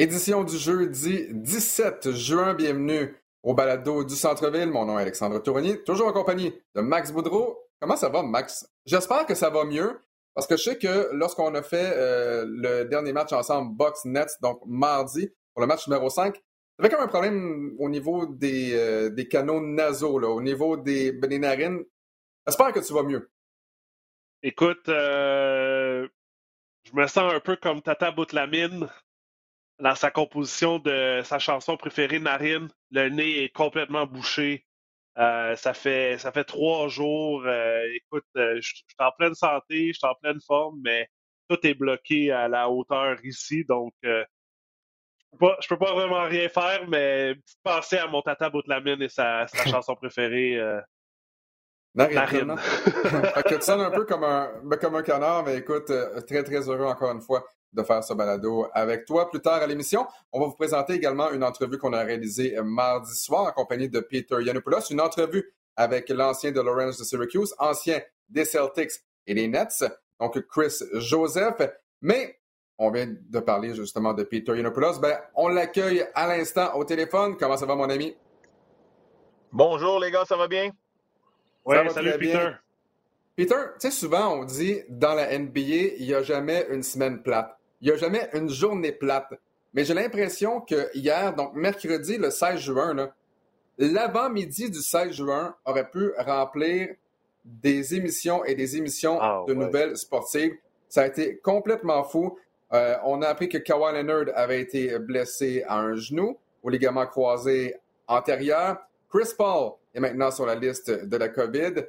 Édition du jeudi 17 juin. Bienvenue au balado du Centre-Ville. Mon nom est Alexandre Tourigny, toujours en compagnie de Max Boudreau. Comment ça va, Max? J'espère que ça va mieux, parce que je sais que lorsqu'on a fait le dernier match ensemble, Bucks-Nets, donc mardi, pour le match numéro 5, il y avait comme un problème au niveau des canaux nasaux, là, au niveau des narines. J'espère que tu vas mieux. Écoute, je me sens un peu comme Tata Boutlamine dans sa composition de sa chanson préférée, Narine. Le nez est complètement bouché. Ça fait 3 jours. Écoute, je suis en pleine santé, je suis en pleine forme, mais tout est bloqué à la hauteur ici. Donc, je peux pas vraiment rien faire, mais petite pensée à mon Tata Boutlamine et sa chanson préférée, Narine. Narine. Fait que tu sonnes un peu comme un canard, mais écoute, très, très heureux encore une fois de faire ce balado avec toi. Plus tard à l'émission, on va vous présenter également une entrevue qu'on a réalisée mardi soir en compagnie de Peter Yiannopoulos, une entrevue avec l'ancien de Lawrence de Syracuse, ancien des Celtics et des Nets, donc Chris Joseph. Mais on vient de parler justement de Peter Yiannopoulos. On l'accueille à l'instant au téléphone. Comment ça va, mon ami? Bonjour les gars, ça va bien? Oui, Ça va salut très Peter. bien. Peter, tu sais, souvent on dit dans la NBA, il n'y a jamais une semaine plate. Il n'y a jamais une journée plate. Mais j'ai l'impression que hier, donc mercredi, le 16 juin, là, l'avant-midi du 16 juin aurait pu remplir des émissions et des émissions de nouvelles sportives. Ça a été complètement fou. On a appris que Kawhi Leonard avait été blessé à un genou, au ligament croisé antérieur. Chris Paul est maintenant sur la liste de la COVID.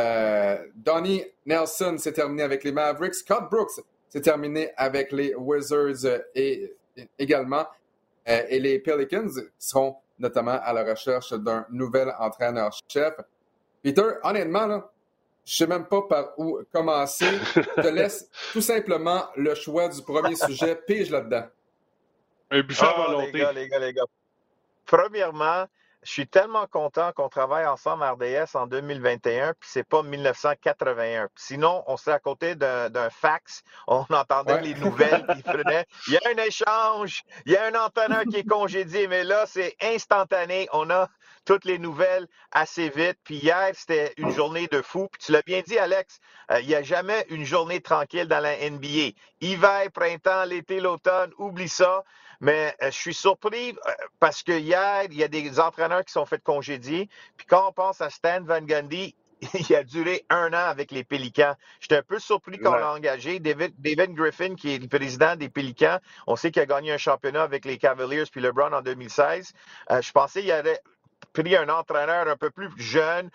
Donnie Nelson s'est terminé avec les Mavericks. Scott Brooks s'est terminé avec les Wizards également. Et les Pelicans seront notamment à la recherche d'un nouvel entraîneur-chef. Peter, honnêtement, là, je ne sais même pas par où commencer. Je te laisse tout simplement le choix du premier sujet. Pige là-dedans. Un buffet à volonté. Les gars. Premièrement, je suis tellement content qu'on travaille ensemble à RDS en 2021, puis c'est pas 1981. Sinon, on serait à côté d'un fax, on entendait les nouvelles qui prenaient. Il y a un échange, il y a un entraîneur qui est congédié, mais là, c'est instantané. On a toutes les nouvelles assez vite. Puis hier, c'était une journée de fou. Puis tu l'as bien dit, Alex, il n'y a jamais une journée tranquille dans la NBA. Hiver, printemps, l'été, l'automne, oublie ça. Mais je suis surpris parce que hier, il y a des entraîneurs qui sont fait congédier. Puis quand on pense à Stan Van Gundy, il a duré 1 an avec les Pélicans. J'étais un peu surpris qu'on l'a engagé. David Griffin, qui est le président des Pélicans, on sait qu'il a gagné un championnat avec les Cavaliers puis LeBron en 2016. Je pensais qu'il y avait pris un entraîneur un peu plus jeune,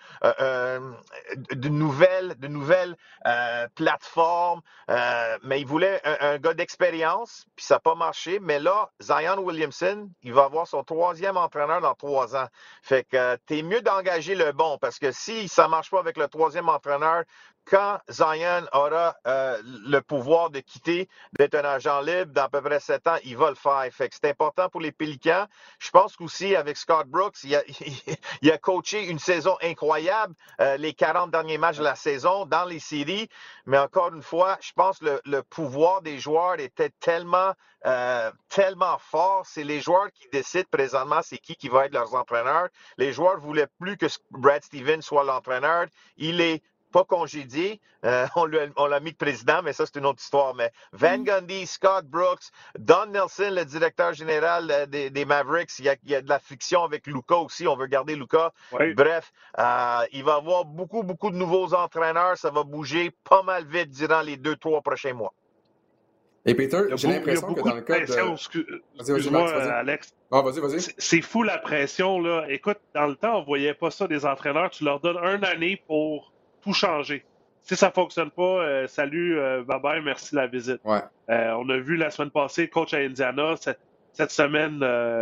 de nouvelles plateformes, mais il voulait un gars d'expérience, puis ça n'a pas marché. Mais là, Zion Williamson, il va avoir son 3e entraîneur dans 3 ans. Fait que t'es mieux d'engager le bon, parce que si ça ne marche pas avec le 3e entraîneur, quand Zion aura le pouvoir de quitter, d'être un agent libre dans à peu près 7 ans, il va le faire. Fait que c'est important pour les Pélicans. Je pense qu'aussi, avec Scott Brooks, il a coaché une saison incroyable, les 40 derniers matchs de la saison dans les séries. Mais encore une fois, je pense que le pouvoir des joueurs était tellement fort. C'est les joueurs qui décident présentement c'est qui va être leurs entraîneurs. Les joueurs ne voulaient plus que Brad Stevens soit l'entraîneur. Il est pas congédié. On l'a mis de président, mais ça, c'est une autre histoire. Mais Van Gundy, Scott Brooks, Don Nelson, le directeur général des Mavericks, il y a de la friction avec Luka aussi. On veut garder Luka. Oui. Bref, il va y avoir beaucoup de nouveaux entraîneurs. Ça va bouger pas mal vite durant les 2-3 prochains mois. Et Peter, j'ai l'impression que dans le cas de... Excuse-moi, Alex. Oh, vas-y. C'est fou la pression, là. Écoute, dans le temps, on voyait pas ça des entraîneurs. Tu leur donnes 1 année pour tout changer. Si ça fonctionne pas, salut, bye-bye, merci la visite. Ouais. On a vu la semaine passée, coach à Indiana, cette semaine,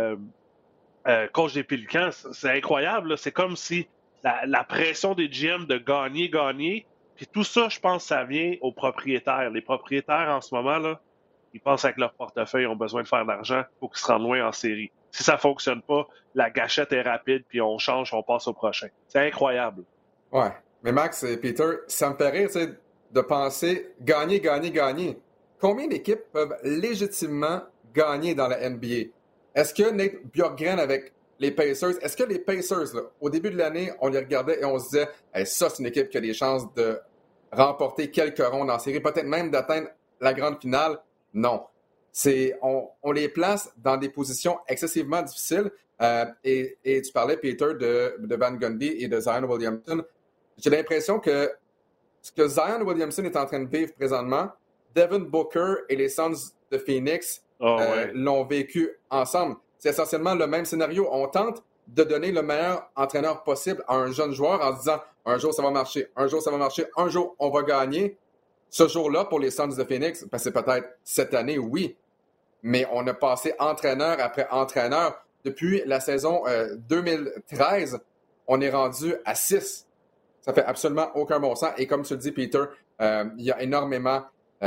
coach des Pélicans. C'est incroyable, là. C'est comme si la pression des GM de gagner, puis tout ça, je pense, ça vient aux propriétaires. Les propriétaires, en ce moment, là, ils pensent avec leur portefeuille, ils ont besoin de faire de l'argent pour qu'ils se rendent loin en série. Si ça fonctionne pas, la gâchette est rapide, puis on change, on passe au prochain. C'est incroyable. Ouais. Mais Max et Peter, ça me fait rire, tu sais, de penser gagner. Combien d'équipes peuvent légitimement gagner dans la NBA. Est-ce que Nate Bjorkgren avec les Pacers, est-ce que les Pacers, là, au début de l'année, on les regardait et on se disait hey, ça, c'est une équipe qui a des chances de remporter quelques rondes en série, peut-être même d'atteindre la grande finale? Non. On les place dans des positions excessivement difficiles. Et tu parlais, Peter, de Van Gundy et de Zion Williamson. J'ai l'impression que ce que Zion Williamson est en train de vivre présentement, Devin Booker et les Suns de Phoenix l'ont vécu ensemble. C'est essentiellement le même scénario. On tente de donner le meilleur entraîneur possible à un jeune joueur en se disant un jour ça va marcher, un jour ça va marcher, un jour on va gagner. Ce jour-là, pour les Suns de Phoenix, ben, c'est peut-être cette année, oui, mais on a passé entraîneur après entraîneur. Depuis la saison 2013, on est rendu à 6. Ça fait absolument aucun bon sens. Et comme tu le dis, Peter, il y a énormément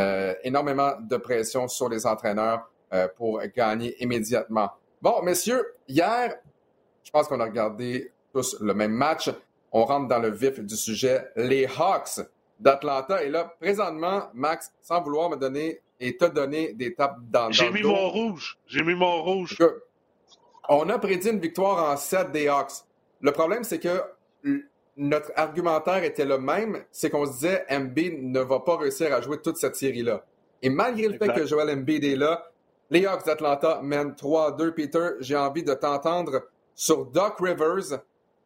de pression sur les entraîneurs pour gagner immédiatement. Bon, messieurs, hier, je pense qu'on a regardé tous le même match. On rentre dans le vif du sujet. Les Hawks d'Atlanta. Et là, présentement, Max, sans vouloir me donner et te donner des tapes dans le dos. J'ai mis mon rouge. On a prédit une victoire en 7 des Hawks. Le problème, c'est que notre argumentaire était le même, c'est qu'on se disait Embiid ne va pas réussir à jouer toute cette série-là. Et malgré le fait que Joel Embiid est là, les Hawks d'Atlanta mènent 3-2. Peter, j'ai envie de t'entendre sur Doc Rivers,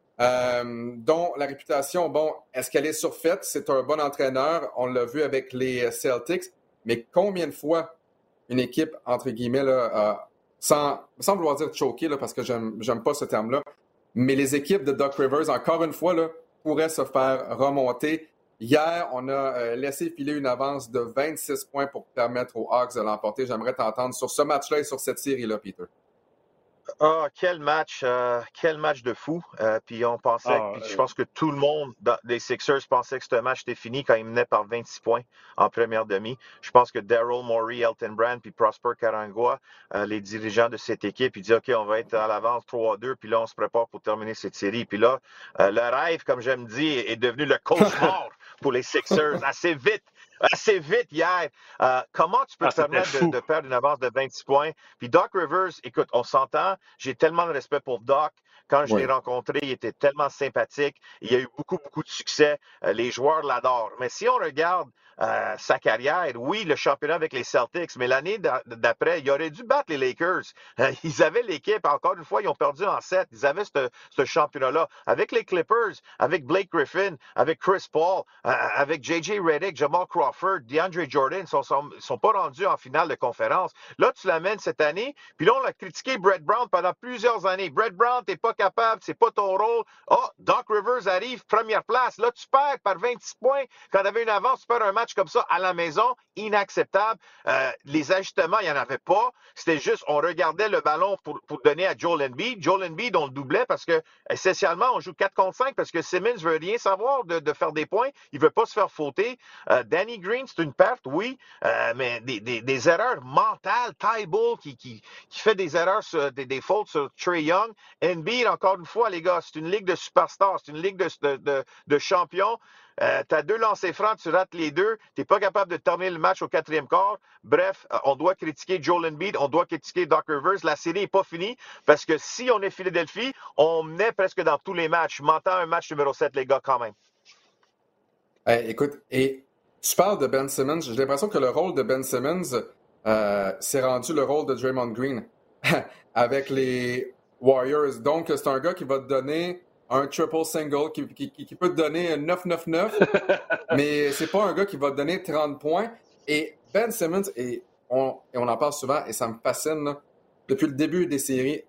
dont la réputation, bon, est-ce qu'elle est surfaite? C'est un bon entraîneur. On l'a vu avec les Celtics. Mais combien de fois une équipe, entre guillemets, là, sans vouloir dire choquer, là, parce que j'aime pas ce terme-là, mais les équipes de Doc Rivers, encore une fois, là, pourraient se faire remonter. Hier, on a laissé filer une avance de 26 points pour permettre aux Hawks de l'emporter. J'aimerais t'entendre sur ce match-là et sur cette série-là, Peter. Ah, quel match de fou. Puis on pensait, je pense que tout le monde des Sixers pensait que ce match était fini quand ils menaient par 26 points en première demi. Je pense que Daryl Morey, Elton Brand, puis Prosper Karangwa, les dirigeants de cette équipe, ils disent OK, on va être à l'avance 3-2, puis là on se prépare pour terminer cette série. Puis là, le rêve, comme j'aime dire, est devenu le cauchemar pour les Sixers assez vite hier. Comment tu peux te permettre de perdre une avance de 26 points? Puis Doc Rivers, écoute, on s'entend, j'ai tellement de respect pour Doc. Quand je l'ai rencontré, il était tellement sympathique. Il a eu beaucoup de succès. Les joueurs l'adorent. Mais si on regarde sa carrière, oui, le championnat avec les Celtics, mais l'année d'après, il aurait dû battre les Lakers. Ils avaient l'équipe, encore une fois, ils ont perdu en 7. Ils avaient ce championnat-là. Avec les Clippers, avec Blake Griffin, avec Chris Paul, avec J.J. Redick, Jamal Crawford, DeAndre Jordan, ils sont pas rendus en finale de conférence. Là, tu l'amènes cette année, puis là, on a critiqué Brett Brown pendant plusieurs années. Brett Brown, t'es pas capable, c'est pas ton rôle. Oh, Doc Rivers arrive, première place. Là, tu perds par 26 points. Quand tu avais une avance, tu perds un match comme ça à la maison, inacceptable. Les ajustements, il n'y en avait pas. C'était juste, on regardait le ballon pour donner à Joel Embiid. Joel Embiid, on le doublait parce que, essentiellement, on joue 4 contre 5 parce que Simmons veut rien savoir de faire des points. Il veut pas se faire fauter. Danny Green, c'est une perte, oui, mais des erreurs mentales. Ty Bull qui fait des erreurs, des fautes sur Trae Young. Embiid, encore une fois, les gars, c'est une ligue de superstars, c'est une ligue de champions. Tu as 2 lancers francs, tu rates les 2. Tu n'es pas capable de terminer le match au 4e quart. Bref, on doit critiquer Joel Embiid, on doit critiquer Doc Rivers. La série n'est pas finie parce que si on est Philadelphie, on menait presque dans tous les matchs. Je m'entends un match numéro 7, les gars, quand même. Écoute, et tu parles de Ben Simmons. J'ai l'impression que le rôle de Ben Simmons s'est rendu le rôle de Draymond Green avec les Warriors. Donc, c'est un gars qui va te donner un triple single, qui peut te donner 9-9-9, mais c'est pas un gars qui va te donner 30 points. Et Ben Simmons, et on en parle souvent, et ça me fascine, là, depuis le début des séries,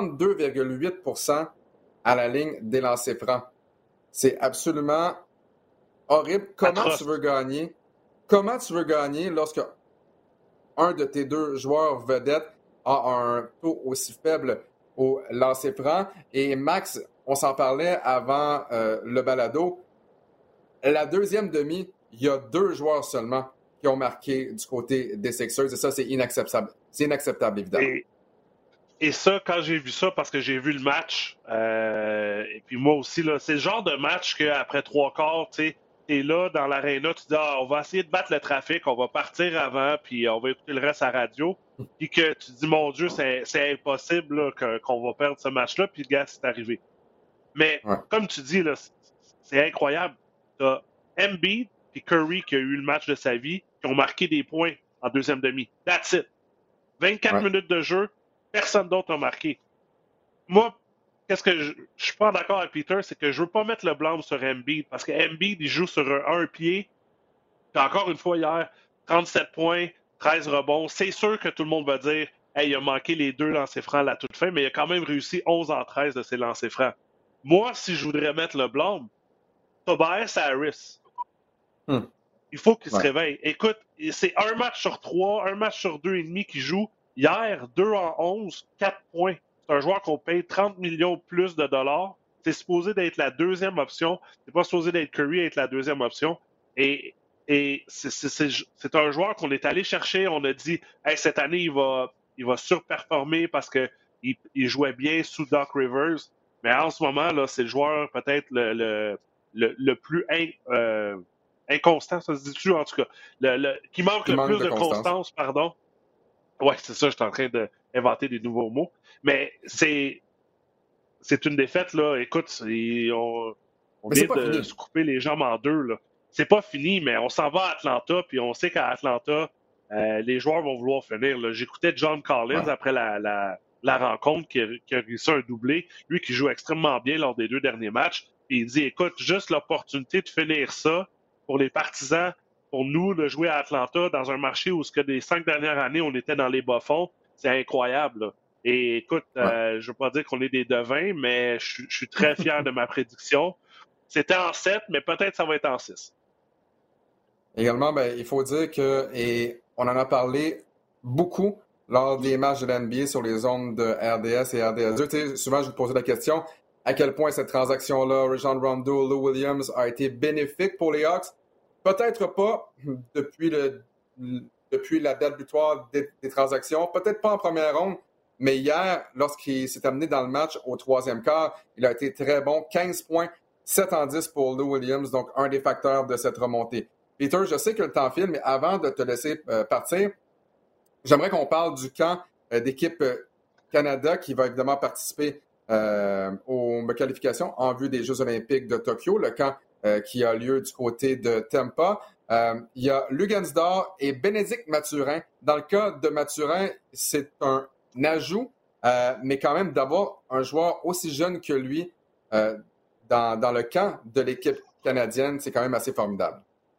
32,8% à la ligne des lancers francs. C'est absolument horrible. Comment tu veux gagner? Comment tu veux gagner lorsque un de tes 2 joueurs vedettes a un taux aussi faible au lancer franc? Et Max, on s'en parlait avant le balado. La deuxième demi, il y a 2 joueurs seulement qui ont marqué du côté des Sixers. Et ça, c'est inacceptable. C'est inacceptable, évidemment. Et ça, quand j'ai vu ça, parce que j'ai vu le match, et puis moi aussi, là, c'est le genre de match qu'après 3 quarts, tu sais, tu es là dans l'aréna, tu dis on va essayer de battre le trafic, on va partir avant, puis on va écouter le reste à la radio. Puis que tu dis, mon Dieu, c'est impossible là, qu'on va perdre ce match-là, puis le gars, c'est arrivé. Mais Ouais. comme tu dis, là, c'est incroyable. Tu as Embiid et Curry qui a eu le match de sa vie, qui ont marqué des points en deuxième demi. That's it. 24 minutes de jeu, personne d'autre n'a marqué. Moi, qu'est-ce que je suis pas d'accord avec Peter, c'est que je veux pas mettre le blâme sur Embiid, parce que Embiid, il joue sur un pied. Puis encore une fois hier, 37 points, 13 rebonds. C'est sûr que tout le monde va dire hey, il a manqué les 2 lancers francs à la toute fin, mais il a quand même réussi 11 en 13 de ses lancers francs. Moi, si je voudrais mettre le blâme, Tobias Harris. Il faut qu'il se réveille. Écoute, c'est un match sur 3, un match sur 2,5 qui joue. Hier, 2 en 11, 4 points. C'est un joueur qu'on paye 30 millions plus de dollars. C'est supposé d'être la deuxième option. C'est pas supposé d'être Curry être la deuxième option. Et c'est un joueur qu'on est allé chercher. On a dit, hey, cette année, il va surperformer parce qu'il jouait bien sous Doc Rivers. Mais en ce moment, là, c'est le joueur peut-être le plus inconstant, ça se dit-tu, en tout cas. Qui manque le plus de constance, pardon. Ouais, c'est ça, je suis en train d'inventer des nouveaux mots. Mais c'est une défaite, là. Écoute, on vient de se couper les jambes en deux, là. C'est pas fini, mais on s'en va à Atlanta, puis on sait qu'à Atlanta, les joueurs vont vouloir finir. Là. J'écoutais John Collins après la rencontre qui a réussi un doublé. Lui qui joue extrêmement bien lors des 2 derniers matchs. Puis il dit, écoute, juste l'opportunité de finir ça pour les partisans, pour nous, de jouer à Atlanta dans un marché où, les 5 dernières années, on était dans les bas-fonds, c'est incroyable. Là. Et écoute, je ne veux pas dire qu'on est des devins, mais je suis très fier de ma prédiction. C'était en 7, mais peut-être ça va être en 6. Également, il faut dire que, et on en a parlé beaucoup lors des matchs de l'NBA sur les zones de RDS et RDS2. Souvent, je vous posais la question, à quel point cette transaction-là, Rajon Rondo, Lou Williams, a été bénéfique pour les Hawks? Peut-être pas depuis la date butoir des transactions, peut-être pas en première ronde, mais hier, lorsqu'il s'est amené dans le match au 3e quart, il a été très bon. 15 points, 7 en 10 pour Lou Williams, donc un des facteurs de cette remontée. Peter, je sais que le temps file, mais avant de te laisser partir, j'aimerais qu'on parle du camp d'équipe Canada qui va évidemment participer aux qualifications en vue des Jeux olympiques de Tokyo, le camp qui a lieu du côté de Tampa. Il y a Luguensdorf et Bénédicte Mathurin. Dans le cas de Mathurin, c'est un ajout, mais quand même d'avoir un joueur aussi jeune que lui dans le camp de l'équipe canadienne, c'est quand même assez formidable.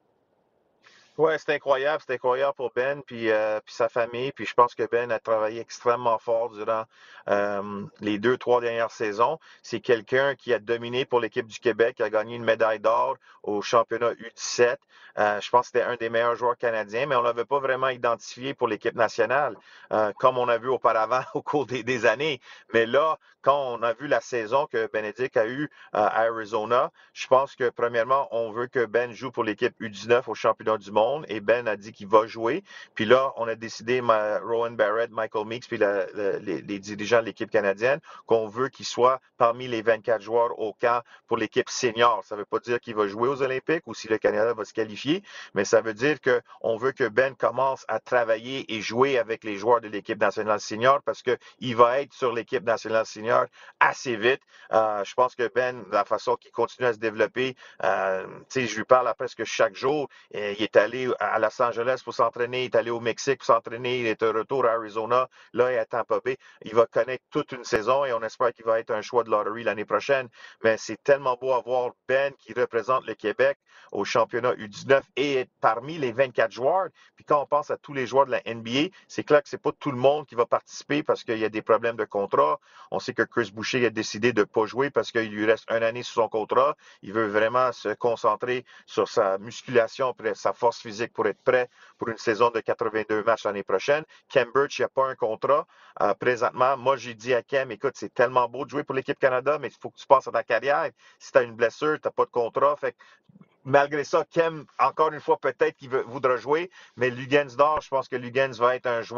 Oui, c'est incroyable pour Ben puis sa famille. Puis je pense que Ben a travaillé extrêmement fort durant les 2-3 dernières saisons. C'est quelqu'un qui a dominé pour l'équipe du Québec, qui a gagné une médaille d'or au championnat U17. Je pense que c'était un des meilleurs joueurs canadiens, mais on ne l'avait pas vraiment identifié pour l'équipe nationale, comme on a vu auparavant au cours des années. Mais là, quand on a vu la saison que Bénédicte a eue à Arizona, je pense que premièrement, on veut que Ben joue pour l'équipe U19 au championnat du monde. Et Ben a dit qu'il va jouer. Puis là, on a décidé, Rowan Barrett, Michael Meeks, puis les dirigeants de l'équipe canadienne, qu'on veut qu'il soit parmi les 24 joueurs au camp pour l'équipe senior. Ça ne veut pas dire qu'il va jouer aux Olympiques ou si le Canada va se qualifier, mais ça veut dire qu'on veut que Ben commence à travailler et jouer avec les joueurs de l'équipe nationale senior parce qu'il va être sur l'équipe nationale senior assez vite. Je pense que Ben, de la façon qu'il continue à se développer, je lui parle à presque chaque jour. Il est allé à Los Angeles pour s'entraîner, il est allé au Mexique pour s'entraîner, il est de retour à Arizona, là, il est à Tampa Bay. Il va connaître toute une saison et on espère qu'il va être un choix de lottery l'année prochaine. Mais c'est tellement beau avoir Ben qui représente le Québec au championnat U19 et être parmi les 24 joueurs. Puis quand on pense à tous les joueurs de la NBA, c'est clair que c'est pas tout le monde qui va participer parce qu'il y a des problèmes de contrat. On sait que Chris Boucher a décidé de ne pas jouer parce qu'il lui reste une année sur son contrat. Il veut vraiment se concentrer sur sa musculation, sa force physique pour être prêt pour une saison de 82 matchs l'année prochaine. Kem Birch, il n'y a pas un contrat présentement. Moi, j'ai dit à Kem, écoute, c'est tellement beau de jouer pour l'équipe Canada, mais il faut que tu passes à ta carrière. Si tu as une blessure, tu n'as pas de contrat. Fait que, malgré ça, Kem, encore une fois, peut-être qu'il voudra jouer, mais Luguensdorf, je pense que Luguens va être un joueur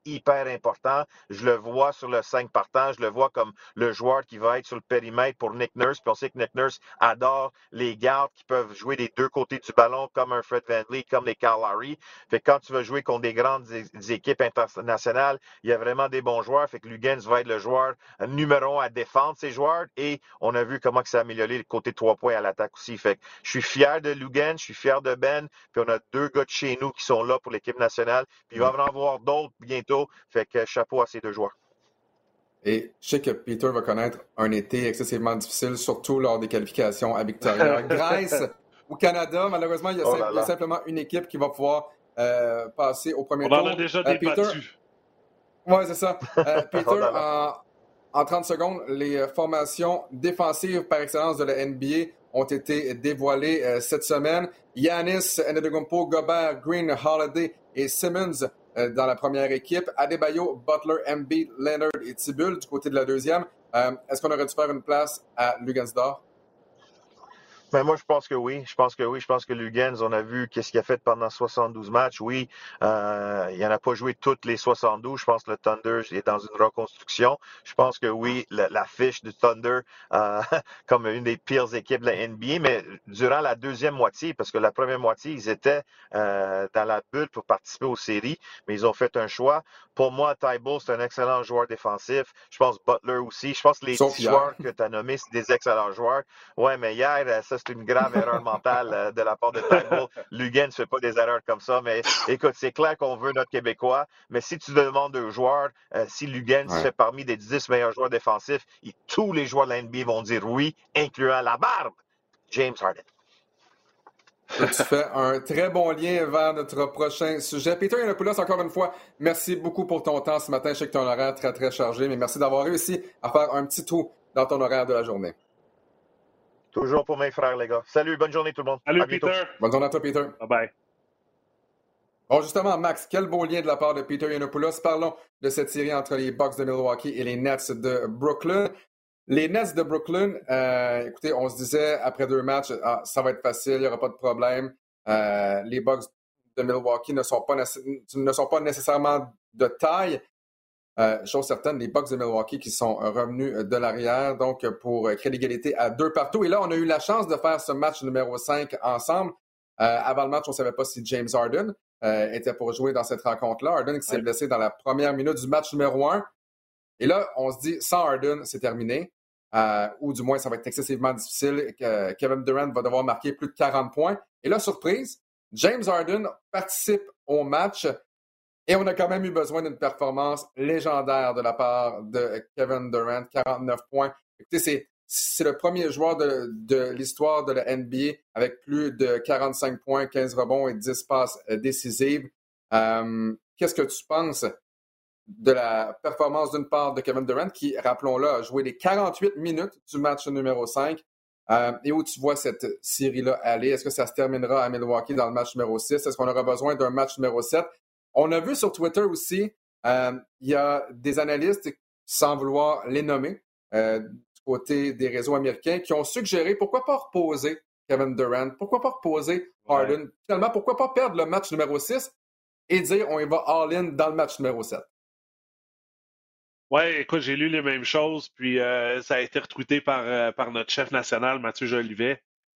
hyper important. Je le vois sur le 5 partant, je le vois comme le joueur qui va être sur le périmètre pour Nick Nurse. Puis on sait que Nick Nurse adore les gardes qui peuvent jouer des deux côtés du ballon, comme un Fred VanVleet, comme les Kyle Lowry. Fait que quand tu vas jouer contre des grandes équipes internationales, il y a vraiment des bons joueurs. Fait que Luguentz va être le joueur numéro 1 à défendre ses joueurs. Et on a vu comment que ça a amélioré le côté 3 points à l'attaque aussi. Fait que je suis fier de Luguentz, je suis fier de Ben. Puis on a 2 gars de chez nous qui sont là pour l'équipe nationale. Puis il va en avoir d'autres bientôt. Fait que chapeau à ces 2 joueurs. Et je sais que Peter va connaître un été excessivement difficile, surtout lors des qualifications à Victoria. Grèce ou Canada, malheureusement, il y a simplement une équipe qui va pouvoir passer au premier tour. On en a déjà débattu. Oui, c'est ça. Peter, en 30 secondes, les formations défensives par excellence de la NBA ont été dévoilées cette semaine. Giannis, Antetokounmpo, Gobert, Green, Holiday et Simmons dans la première équipe. Adebayo, Butler, Embiid, Leonard et Thibault du côté de la deuxième. Est-ce qu'on aurait dû faire une place à Luguentz-Dort? Ben moi, je pense que oui. Je pense que Luguentz, on a vu qu'est-ce qu'il a fait pendant 72 matchs. Oui, il n'en a pas joué toutes les 72. Je pense que le Thunder est dans une reconstruction. Je pense que oui, la fiche du Thunder comme une des pires équipes de la NBA, mais durant la deuxième moitié, parce que la première moitié, ils étaient dans la bulle pour participer aux séries, mais ils ont fait un choix. Pour moi, Thibault, c'est un excellent joueur défensif. Je pense Butler aussi. Je pense que les 10 joueurs que tu as nommés, c'est des excellents joueurs. Ouais, mais hier, ça, c'est une grave erreur mentale de la part de Thibault. Luguentz ne fait pas des erreurs comme ça, mais écoute, c'est clair qu'on veut notre Québécois, mais si tu demandes aux joueurs si Luguentz fait parmi des 10 meilleurs joueurs défensifs, tous les joueurs de la NBA vont dire oui, incluant la barbe, James Harden. Tu fais un très bon lien vers notre prochain sujet. Peter Yiannopoulos, encore une fois, merci beaucoup pour ton temps ce matin. Je sais que tu as un horaire très, très chargé, mais merci d'avoir réussi à faire un petit trou dans ton horaire de la journée. Toujours pour mes frères, les gars. Salut, bonne journée tout le monde. Salut, Peter. Bonne journée à toi, Peter. Bye-bye. Bon, justement, Max, quel beau lien de la part de Peter Yiannopoulos. Parlons de cette série entre les Bucks de Milwaukee et les Nets de Brooklyn. Les Nets de Brooklyn, écoutez, on se disait après 2 matchs, ça va être facile, il n'y aura pas de problème. Les Bucks de Milwaukee ne sont pas nécessairement de taille. Chose certaine, les Bucks de Milwaukee qui sont revenus de l'arrière, donc pour créer l'égalité à 2 partout. Et là, on a eu la chance de faire ce match numéro 5 ensemble. Avant le match, on ne savait pas si James Harden était pour jouer dans cette rencontre-là. Harden qui s'est blessé dans la première minute du match numéro 1. Et là, on se dit, sans Harden, c'est terminé. Ou du moins, ça va être excessivement difficile. Kevin Durant va devoir marquer plus de 40 points. Et là, surprise, James Harden participe au match. Et on a quand même eu besoin d'une performance légendaire de la part de Kevin Durant, 49 points. Écoutez, c'est le premier joueur de l'histoire de la NBA avec plus de 45 points, 15 rebonds et 10 passes décisives. Qu'est-ce que tu penses de la performance d'une part de Kevin Durant qui, rappelons-le, a joué les 48 minutes du match numéro 5 et où tu vois cette série-là aller? Est-ce que ça se terminera à Milwaukee dans le match numéro 6? Est-ce qu'on aura besoin d'un match numéro 7? On a vu sur Twitter aussi, il y a des analystes, sans vouloir les nommer, du côté des réseaux américains, qui ont suggéré pourquoi pas reposer Kevin Durant, pourquoi pas reposer Harden, finalement, pourquoi pas perdre le match numéro 6 et dire on y va all-in dans le match numéro 7. Oui, écoute, j'ai lu les mêmes choses, puis ça a été retweeté par notre chef national, Mathieu Jolivet.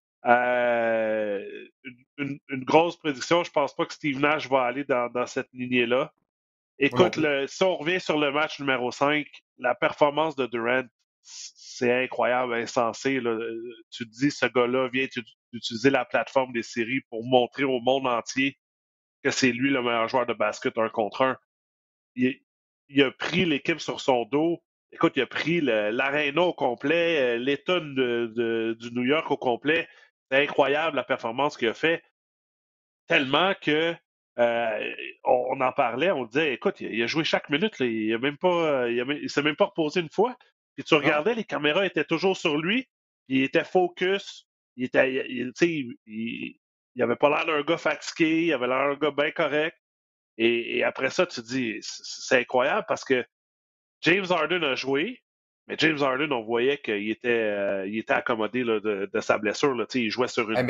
Une grosse prédiction, je pense pas que Steve Nash va aller dans cette lignée-là. Écoute, si on revient sur le match numéro 5, la performance de Durant, c'est incroyable, insensé. Là. Tu te dis, ce gars-là vient utiliser la plateforme des séries pour montrer au monde entier que c'est lui le meilleur joueur de basket 1 contre 1. Il a pris l'équipe sur son dos. Écoute, il a pris l'aréna au complet, l'État du New York au complet. C'est incroyable la performance qu'il a fait. Tellement que on en parlait, on disait, écoute, il a joué chaque minute, là, il s'est même pas reposé une fois. Puis tu regardais, les caméras étaient toujours sur lui, il était focus, il avait pas l'air d'un gars fatigué, il avait l'air d'un gars bien correct. Et après ça, tu te dis, c'est incroyable parce que James Harden a joué, mais James Harden, on voyait qu'il était accommodé là, de sa blessure. Là, il jouait sur une...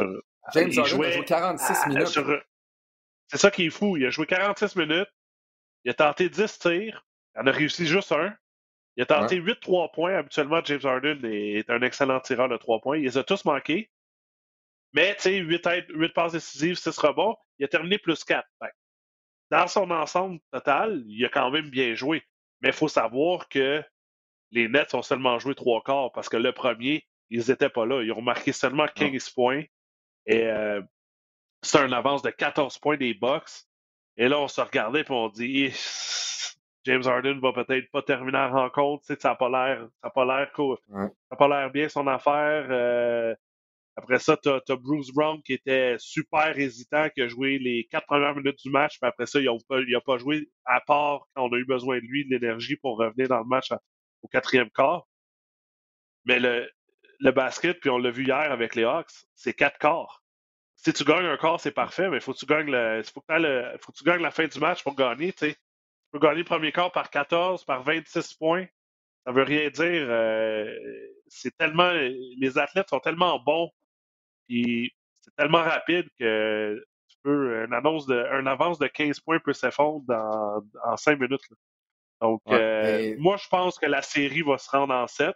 James Harden a joué 46 minutes. C'est ça qui est fou. Il a joué 46 minutes. Il a tenté 10 tirs. Il en a réussi juste un. Il a tenté 8 3 points. Habituellement, James Harden est un excellent tireur de 3 points. Il les a tous manqués. Mais, tu sais, 8 passes décisives, 6 rebonds. Il a terminé plus 4. Dans son ensemble total, il a quand même bien joué. Mais il faut savoir que les Nets ont seulement joué 3 quarts parce que le premier, ils n'étaient pas là. Ils ont marqué seulement 15 points. Et c'est une avance de 14 points des Bucks. Et là, on se regardait et on dit James Harden va peut-être pas terminer la rencontre. Tu sais, ça n'a pas l'air cool. Ça n'a pas l'air bien son affaire. Après ça, tu as Bruce Brown qui était super hésitant, qui a joué les 4 premières minutes du match, mais après ça, il n'a pas joué à part quand on a eu besoin de lui, de l'énergie pour revenir dans le match au 4e quart. Mais le basket, puis on l'a vu hier avec les Hawks, c'est 4 quarts. Si tu gagnes un quart, c'est parfait, mais il faut que tu gagnes faut que tu gagnes la fin du match pour gagner. Tu peux gagner le premier quart par 14, par 26 points. Ça veut rien dire. C'est tellement. Les athlètes sont tellement bons. Puis c'est tellement rapide que tu peux. Une avance de 15 points peut s'effondrer en 5 minutes. Là. Donc, moi, je pense que la série va se rendre en 7.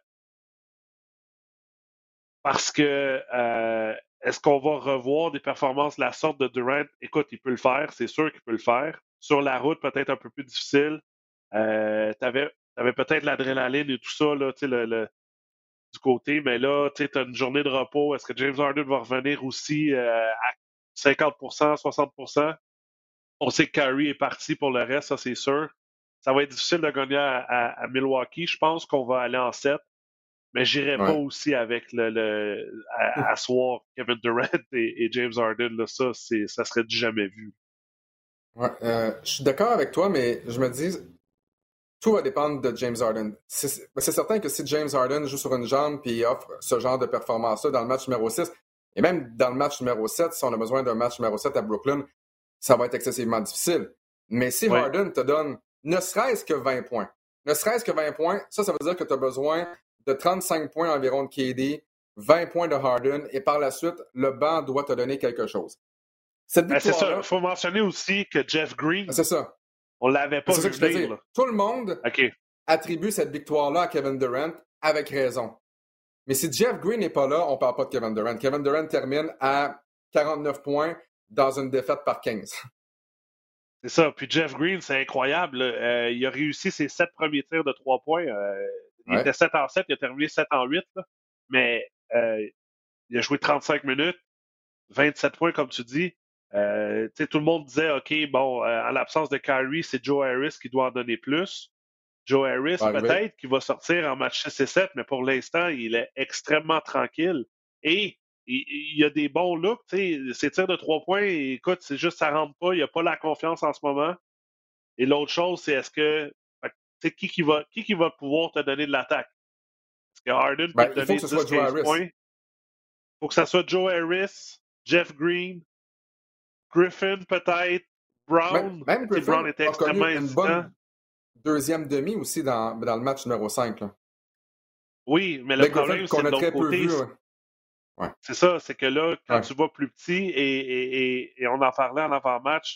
Parce que est-ce qu'on va revoir des performances de la sorte de Durant? Écoute, il peut le faire, c'est sûr qu'il peut le faire. Sur la route, peut-être un peu plus difficile. T'avais peut-être l'adrénaline et tout ça là, du côté, mais là, tu as une journée de repos. Est-ce que James Harden va revenir aussi à 50%, 60%? On sait que Curry est parti pour le reste, ça c'est sûr. Ça va être difficile de gagner à Milwaukee. Je pense qu'on va aller en 7. Mais j'irais pas aussi avec asseoir Kevin Durant et James Harden. Là, ça serait du jamais vu. Ouais, je suis d'accord avec toi, mais je me dis, tout va dépendre de James Harden. C'est certain que si James Harden joue sur une jambe et offre ce genre de performance-là dans le match numéro 6, et même dans le match numéro 7, si on a besoin d'un match numéro 7 à Brooklyn, ça va être excessivement difficile. Mais si Harden te donne ne serait-ce que 20 points, ça veut dire que tu as besoin de 35 points environ de KD, 20 points de Harden, et par la suite, le banc doit te donner quelque chose. C'est ça. Il faut mentionner aussi que Jeff Green, c'est ça. On l'avait pas vu venir. Tout le monde attribue cette victoire-là à Kevin Durant avec raison. Mais si Jeff Green n'est pas là, on ne parle pas de Kevin Durant. Kevin Durant termine à 49 points dans une défaite par 15. C'est ça. Puis Jeff Green, c'est incroyable. Il a réussi ses 7 premiers tirs de 3 points. Il était 7 en 7, il a terminé 7 en 8. Là. Mais il a joué 35 minutes, 27 points, comme tu dis. Tout le monde disait, OK, bon, en l'absence de Kyrie, c'est Joe Harris qui doit en donner plus. Joe Harris, peut-être, qui va sortir en match 6 et 7, mais pour l'instant, il est extrêmement tranquille. Et il a des bons looks. Ses tirs de 3 points, écoute, c'est juste ça rentre pas. Il n'a pas la confiance en ce moment. Et l'autre chose, c'est est-ce que qui va pouvoir te donner de l'attaque? Est-ce que Harden peut te donner 10-15 points? Il faut que ça soit Joe Harris, Jeff Green, Griffin peut-être, Brown. Même Griffin Brown était extrêmement hésitant. Bonne deuxième demi aussi dans le match numéro 5. Là. Oui, mais le problème, c'est de l'autre côté. C'est ça, c'est que là, quand tu vas plus petit, et on en parlait en avant-match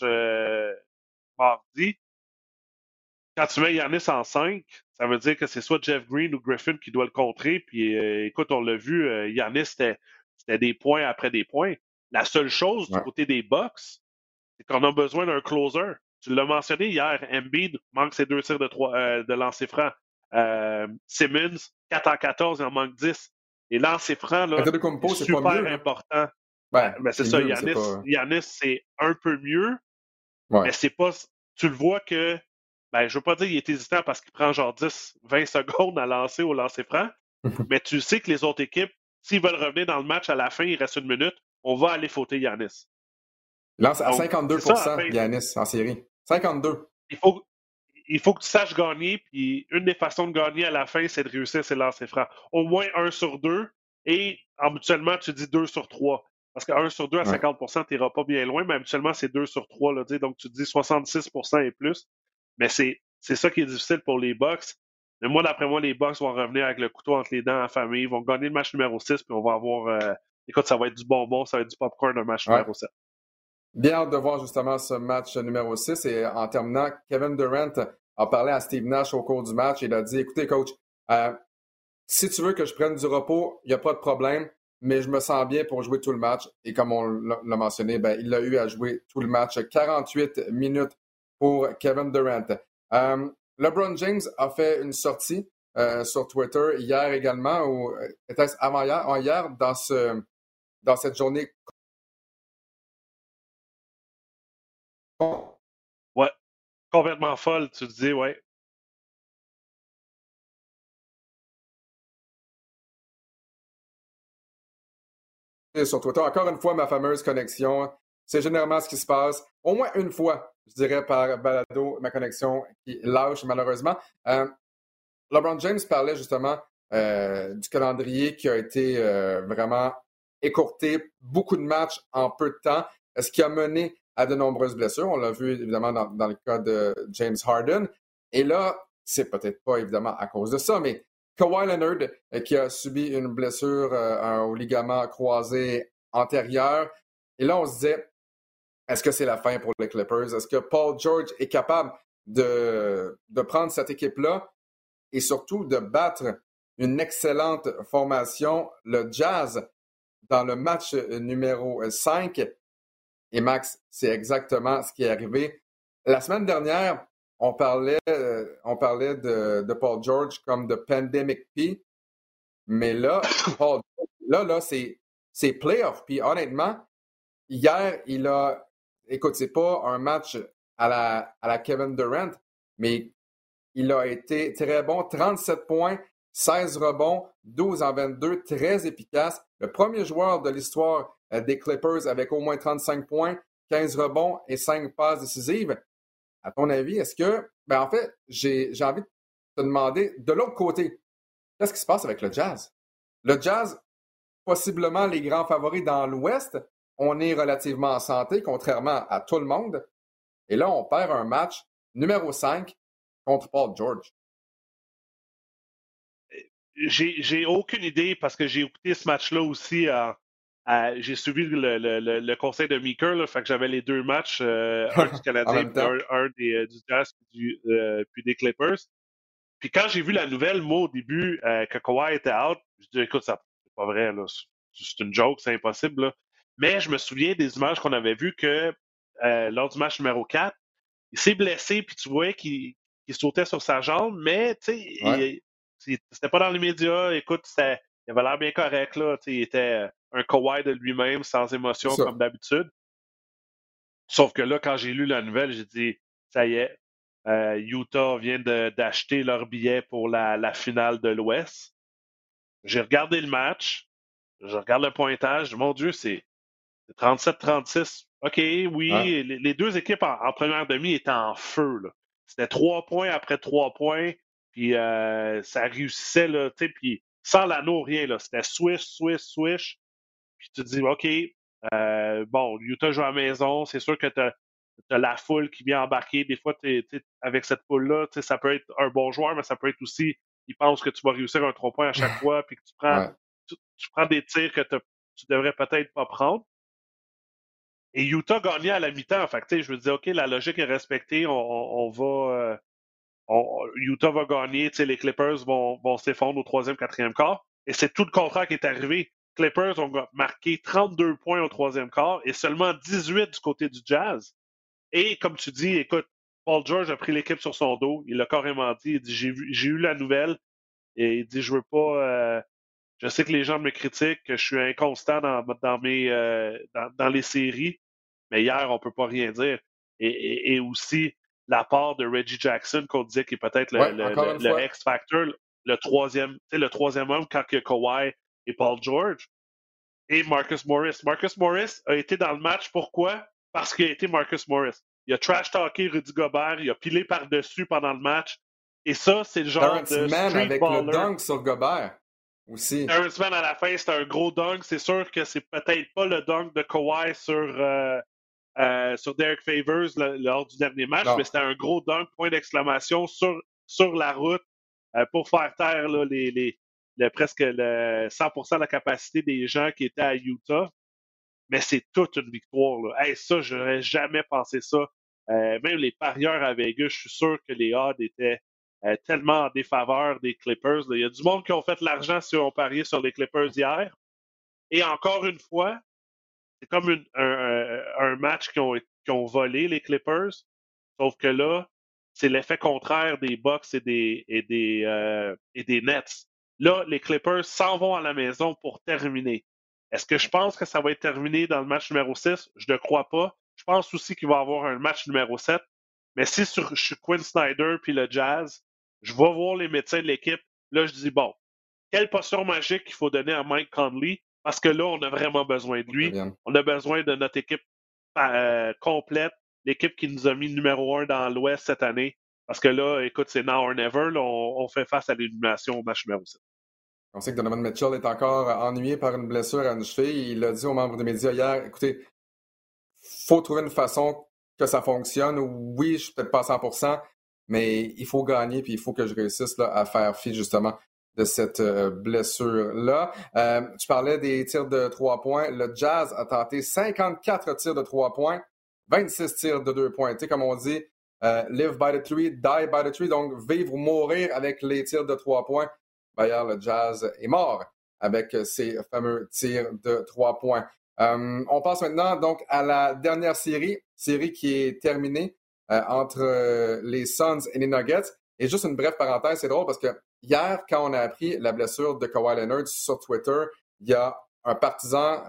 mardi, quand tu mets Giannis en 5, ça veut dire que c'est soit Jeff Green ou Griffin qui doit le contrer. Puis écoute, on l'a vu, Giannis, c'était des points après des points. La seule chose du côté des Bucks, c'est qu'on a besoin d'un closer. Tu l'as mentionné hier, Embiid manque ses 2 tirs de lancer franc. Simmons, 4 en 14, il en manque 10. Et lancer franc, là, c'est super important. Mais c'est ça, Giannis, c'est un peu mieux, mais c'est pas... Tu le vois que, je veux pas dire qu'il est hésitant parce qu'il prend genre 10-20 secondes à lancer au lancer franc, mais tu sais que les autres équipes, s'ils veulent revenir dans le match à la fin, il reste 1 minute, on va aller fauter Giannis. Il lance à 52%, Giannis, en série. 52. Il faut que tu saches gagner, puis une des façons de gagner à la fin, c'est de réussir ses lancers francs. Au moins 1 sur 2, et habituellement, tu dis 2 sur 3. Parce que 1 sur 2 à 50%, tu n'iras pas bien loin, mais habituellement, c'est 2 sur 3. Là, donc, tu dis 66% et plus. Mais c'est ça qui est difficile pour les Bucks. Mais moi, d'après moi, les Bucks vont revenir avec le couteau entre les dents en famille. Ils vont gagner le match numéro 6, puis on va avoir... écoute, ça va être du bonbon, ça va être du popcorn, un match numéro 7. Bien hâte de voir justement ce match numéro 6. Et en terminant, Kevin Durant a parlé à Steve Nash au cours du match. Il a dit, écoutez, coach, si tu veux que je prenne du repos, il n'y a pas de problème, mais je me sens bien pour jouer tout le match. Et comme on l'a mentionné, ben, il a eu à jouer tout le match. 48 minutes pour Kevin Durant. LeBron James a fait une sortie sur Twitter hier également, ou était-ce avant-hier, hier, dans cette journée Ouais, complètement folle, tu te dis, ouais. sur Twitter. Encore une fois, ma fameuse connexion. C'est généralement ce qui se passe. Au moins une fois, je dirais, par balado, ma connexion qui lâche malheureusement. LeBron James parlait justement du calendrier qui a été vraiment écourté, beaucoup de matchs en peu de temps, ce qui a mené à de nombreuses blessures. On l'a vu évidemment dans le cas de James Harden. Et là, c'est peut-être pas évidemment à cause de ça, mais Kawhi Leonard qui a subi une blessure au ligament croisé antérieur. Et là, on se disait, est-ce que c'est la fin pour les Clippers? Est-ce que Paul George est capable de prendre cette équipe-là et surtout de battre une excellente formation, le Jazz, dans le match numéro 5? Et Max, c'est exactement ce qui est arrivé. La semaine dernière, on parlait de Paul George comme de Pandemic P, mais là, Paul, là, c'est Playoff P. Honnêtement, hier, écoute, c'est pas un match à la Kevin Durant, mais il a été très bon. 37 points, 16 rebonds, 12 en 22, très efficace. Le premier joueur de l'histoire des Clippers avec au moins 35 points, 15 rebonds et 5 passes décisives. À ton avis, est-ce que... Ben en fait, j'ai envie de te demander, de l'autre côté, qu'est-ce qui se passe avec le Jazz? Le Jazz, possiblement les grands favoris dans l'Ouest, on est relativement en santé, contrairement à tout le monde. Et là, on perd un match numéro 5 contre Paul George. J'ai aucune idée parce que j'ai écouté ce match-là aussi. J'ai suivi le conseil de Meeker, là, fait que j'avais les deux matchs, un du Canadien puis un du Jazz puis des Clippers. Puis quand j'ai vu la nouvelle, moi, au début, que Kawhi était out, je dis écoute, ça c'est pas vrai, là. C'est une joke, c'est impossible. Là. Mais je me souviens des images qu'on avait vues que lors du match numéro 4, il s'est blessé, puis tu voyais qu'il sautait sur sa jambe, mais tu sais, c'était pas dans les médias. Écoute, il avait l'air bien correct, là. Il était un Kawhi de lui-même, sans émotion, comme d'habitude. Sauf que là, quand j'ai lu la nouvelle, j'ai dit, ça y est, Utah vient d'acheter leur billet pour la finale de l'Ouest. J'ai regardé le match, je regarde le pointage, mon Dieu, c'est 37-36. OK, oui, les deux équipes en première demi étaient en feu. C'était 3 points après 3 points, puis ça réussissait, là, puis sans l'anneau, rien. C'était swish. Puis tu te dis, OK, bon, Utah joue à la maison, c'est sûr que tu as la foule qui vient embarquer. Des fois, avec cette foule-là, ça peut être un bon joueur, mais ça peut être aussi, il pense que tu vas réussir un 3 points à chaque fois, puis que tu prends des tirs que tu devrais peut-être pas prendre. Et Utah gagnait à la mi-temps. Fait que, je me disais, OK, la logique est respectée. On va. Utah va gagner. Les Clippers vont s'effondrer au troisième, quatrième quart. Et c'est tout le contraire qui est arrivé. Clippers ont marqué 32 points au troisième quart et seulement 18 du côté du Jazz. Et comme tu dis, écoute, Paul George a pris l'équipe sur son dos. Il l'a carrément dit. Il dit, j'ai eu la nouvelle. Et il dit, je veux pas. Je sais que les gens me critiquent, que je suis inconstant dans les séries, mais hier, on peut pas rien dire. Et aussi, la part de Reggie Jackson, qu'on disait qu'il est peut-être le X-Factor, le troisième homme quand il y a Kawhi et Paul George. Et Marcus Morris. Marcus Morris a été dans le match, pourquoi? Parce qu'il a été Marcus Morris. Il a trash-talké Rudy Gobert, il a pilé par-dessus pendant le match. Et ça, c'est le genre de Mann street avec baller. Le dunk sur Gobert aussi. Terrence Mann à la fin, c'était un gros dunk. C'est sûr que c'est peut-être pas le dunk de Kawhi sur Derek Favors lors du dernier match, mais c'était un gros dunk, point d'exclamation, sur la route pour faire taire là, presque 100% de la capacité des gens qui étaient à Utah. mais c'est toute une victoire. Là. Hey, ça, j'aurais jamais pensé ça. Même les parieurs à Vegas, je suis sûr que les odds étaient tellement en défaveur des Clippers. Là. Il y a du monde qui ont fait de l'argent si on parié sur les Clippers hier. Et encore une fois, c'est comme un match qui ont volé les Clippers, sauf que là, c'est l'effet contraire des Bucks et des Nets. Là, les Clippers s'en vont à la maison pour terminer. Est-ce que je pense que ça va être terminé dans le match numéro 6? Je ne crois pas. Je pense aussi qu'il va y avoir un match numéro 7. Mais si je suis Quinn Snyder puis le Jazz, je vais voir les médecins de l'équipe. Là, je dis, bon, quelle potion magique il faut donner à Mike Conley? Parce que là, on a vraiment besoin de lui. On a besoin de notre équipe complète, l'équipe qui nous a mis numéro 1 dans l'Ouest cette année. Parce que là, écoute, c'est now or never. Là, on fait face à l'élimination au match numéro 7. On sait que Donovan Mitchell est encore ennuyé par une blessure à une cheville. Il a dit aux membres des médias hier, écoutez, faut trouver une façon que ça fonctionne. Oui, je suis peut-être pas à 100%, mais il faut gagner puis il faut que je réussisse là, à faire fi justement de cette blessure-là. Tu parlais des tirs de 3 points. Le Jazz a tenté 54 tirs de 3 points, 26 tirs de 2 points. Tu sais, comme on dit, live by the tree, die by the tree. Donc, vivre ou mourir avec les tirs de 3 points. D'ailleurs, le Jazz est mort avec ces fameux tirs de 3 points. On passe maintenant donc à la dernière série qui est terminée entre les Suns et les Nuggets. Et juste une brève parenthèse, c'est drôle parce que hier, quand on a appris la blessure de Kawhi Leonard sur Twitter, il y a un partisan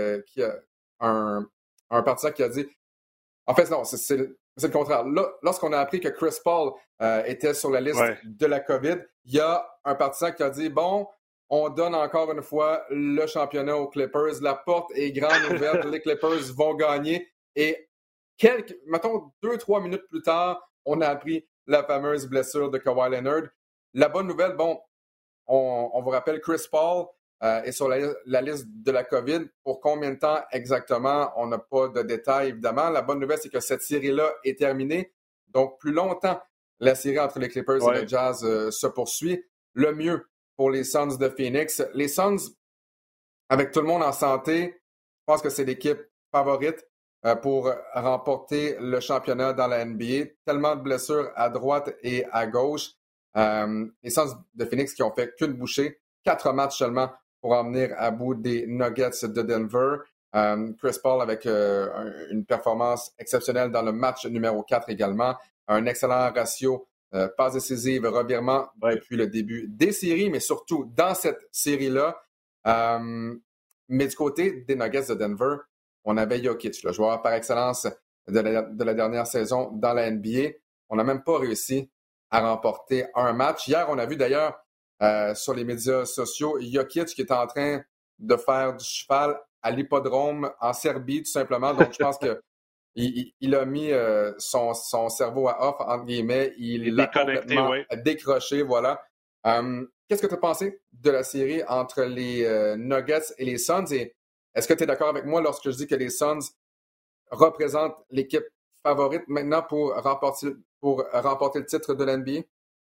un partisan qui a dit... En fait, non, c'est le contraire. Là, lorsqu'on a appris que Chris Paul était sur la liste de la COVID, il y a un partisan qui a dit, bon, on donne encore une fois le championnat aux Clippers. La porte est grande ouverte. Les Clippers vont gagner. Et mettons, 2-3 minutes plus tard, on a appris la fameuse blessure de Kawhi Leonard. La bonne nouvelle, bon, on vous rappelle, Chris Paul est sur la liste de la COVID. Pour combien de temps exactement? On n'a pas de détails, évidemment. La bonne nouvelle, c'est que cette série-là est terminée. Donc, plus longtemps, la série entre les Clippers et le Jazz se poursuit. Le mieux pour les Suns de Phoenix. Les Suns, avec tout le monde en santé, je pense que c'est l'équipe favorite pour remporter le championnat dans la NBA. Tellement de blessures à droite et à gauche. Les Suns de Phoenix qui ont fait qu'une bouchée, 4 matchs seulement pour en venir à bout des Nuggets de Denver. Chris Paul avec une performance exceptionnelle dans le match numéro 4 également. Un excellent ratio passe décisive, revirement depuis le début des séries, mais surtout dans cette série-là. Mais du côté des Nuggets de Denver, on avait Jokic, le joueur par excellence de la dernière saison dans la NBA. On n'a même pas réussi à remporter un match. Hier, on a vu d'ailleurs sur les médias sociaux Jokic qui est en train de faire du cheval à l'hippodrome en Serbie, tout simplement. Donc, je pense que il a mis son cerveau à off, entre guillemets. Il l'a complètement décroché, voilà. Qu'est-ce que tu as pensé de la série entre les Nuggets et les Suns? Et est-ce que tu es d'accord avec moi lorsque je dis que les Suns représentent l'équipe favorite maintenant pour remporter le titre de l'NBA?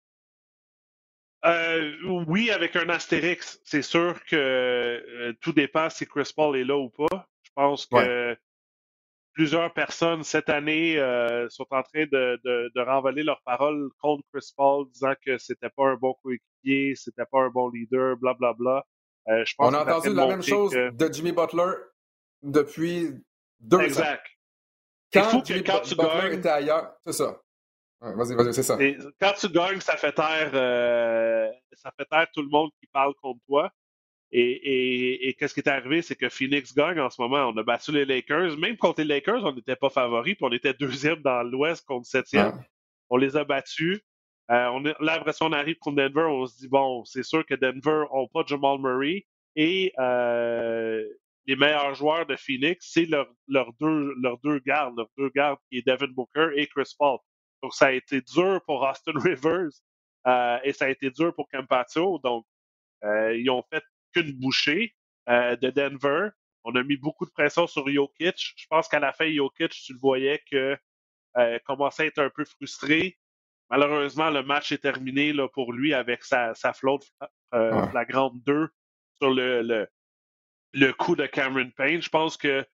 Oui, avec un astérix. C'est sûr que tout dépend si Chris Paul est là ou pas. Je pense que plusieurs personnes cette année sont en train de renvoler leurs paroles contre Chris Paul, disant que c'était pas un bon coéquipier, c'était pas un bon leader, blablabla. Je pense on a entendu la même chose de Jimmy Butler depuis 2 ans. Exact. Quand Jimmy Butler était ailleurs, c'est ça. Vas-y, c'est ça. Et quand tu gagnes, ça fait taire tout le monde qui parle contre toi. Et qu'est-ce qui est arrivé, c'est que Phoenix gagne en ce moment. On a battu les Lakers. Même contre les Lakers, on n'était pas favoris, puis on était 2e dans l'Ouest contre 7e. Ouais. On les a battus. Là, après ça, on arrive contre Denver, on se dit, bon, c'est sûr que Denver n'a pas Jamal Murray. Et les meilleurs joueurs de Phoenix, c'est leurs deux gardes qui est Devin Booker et Chris Paul. Donc, ça a été dur pour Austin Rivers et ça a été dur pour Campazzo. Donc, ils ont fait qu'une bouchée de Denver. On a mis beaucoup de pression sur Jokic. Je pense qu'à la fin, Jokic, tu le voyais que commençait à être un peu frustré. Malheureusement, le match est terminé là, pour lui avec sa faute flagrante 2 sur le coup de Cameron Payne. Je pense que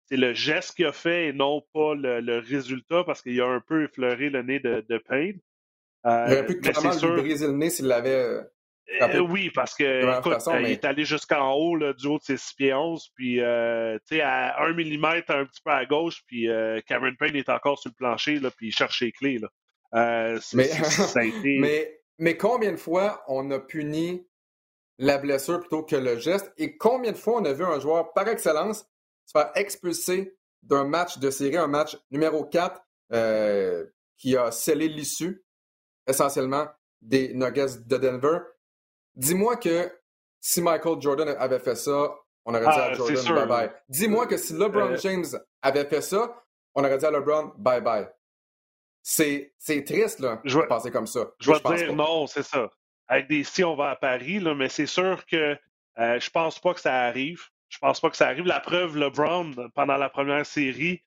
c'est le geste qu'il a fait et non pas le résultat, parce qu'il a un peu effleuré le nez de Payne. Il aurait pu Mais c'est clairement lui sûr, briser le nez s'il l'avait frappé oui, parce de que, meilleure écoute, façon, il mais est allé jusqu'en haut là, du haut de ses 6 pieds 11, puis tu sais, à 1 millimètre un petit peu à gauche, puis Cameron Payne est encore sur le plancher, là, puis il cherche les clés. Là. mais, Ça a été. mais combien de fois on a puni la blessure plutôt que le geste et combien de fois on a vu un joueur par excellence se faire expulser d'un match de série, un match numéro 4 qui a scellé l'issue essentiellement des Nuggets de Denver. Dis-moi que si Michael Jordan avait fait ça, on aurait dit à C'est Jordan sûr. bye-bye. Dis-moi que si LeBron James avait fait ça, on aurait dit à LeBron bye-bye. C'est triste là, Je de vais, penser comme ça. je vais Je te pense dire pas. non, c'est ça. Avec des si on va à Paris, là, mais c'est sûr que je pense pas que ça arrive. Je pense pas que ça arrive. La preuve, LeBron, pendant la première série,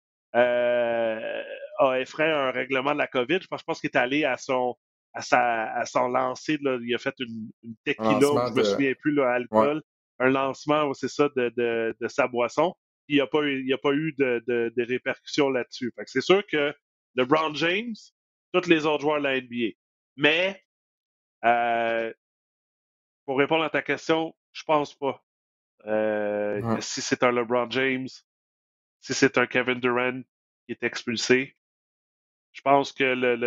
a effrayé un règlement de la COVID. Je pense qu'il est allé à son lancer. Là, il a fait une Un tequila, ou lancement je me de. souviens plus, là, Ouais. alcool. Un lancement, c'est ça, de sa boisson. Puis il n'y a pas eu de répercussions là-dessus. Fait que c'est sûr que LeBron James, tous les autres joueurs de la NBA. Mais, pour répondre à ta question, je pense pas Ouais. que si c'est un LeBron James, si c'est un Kevin Durant qui est expulsé, je pense que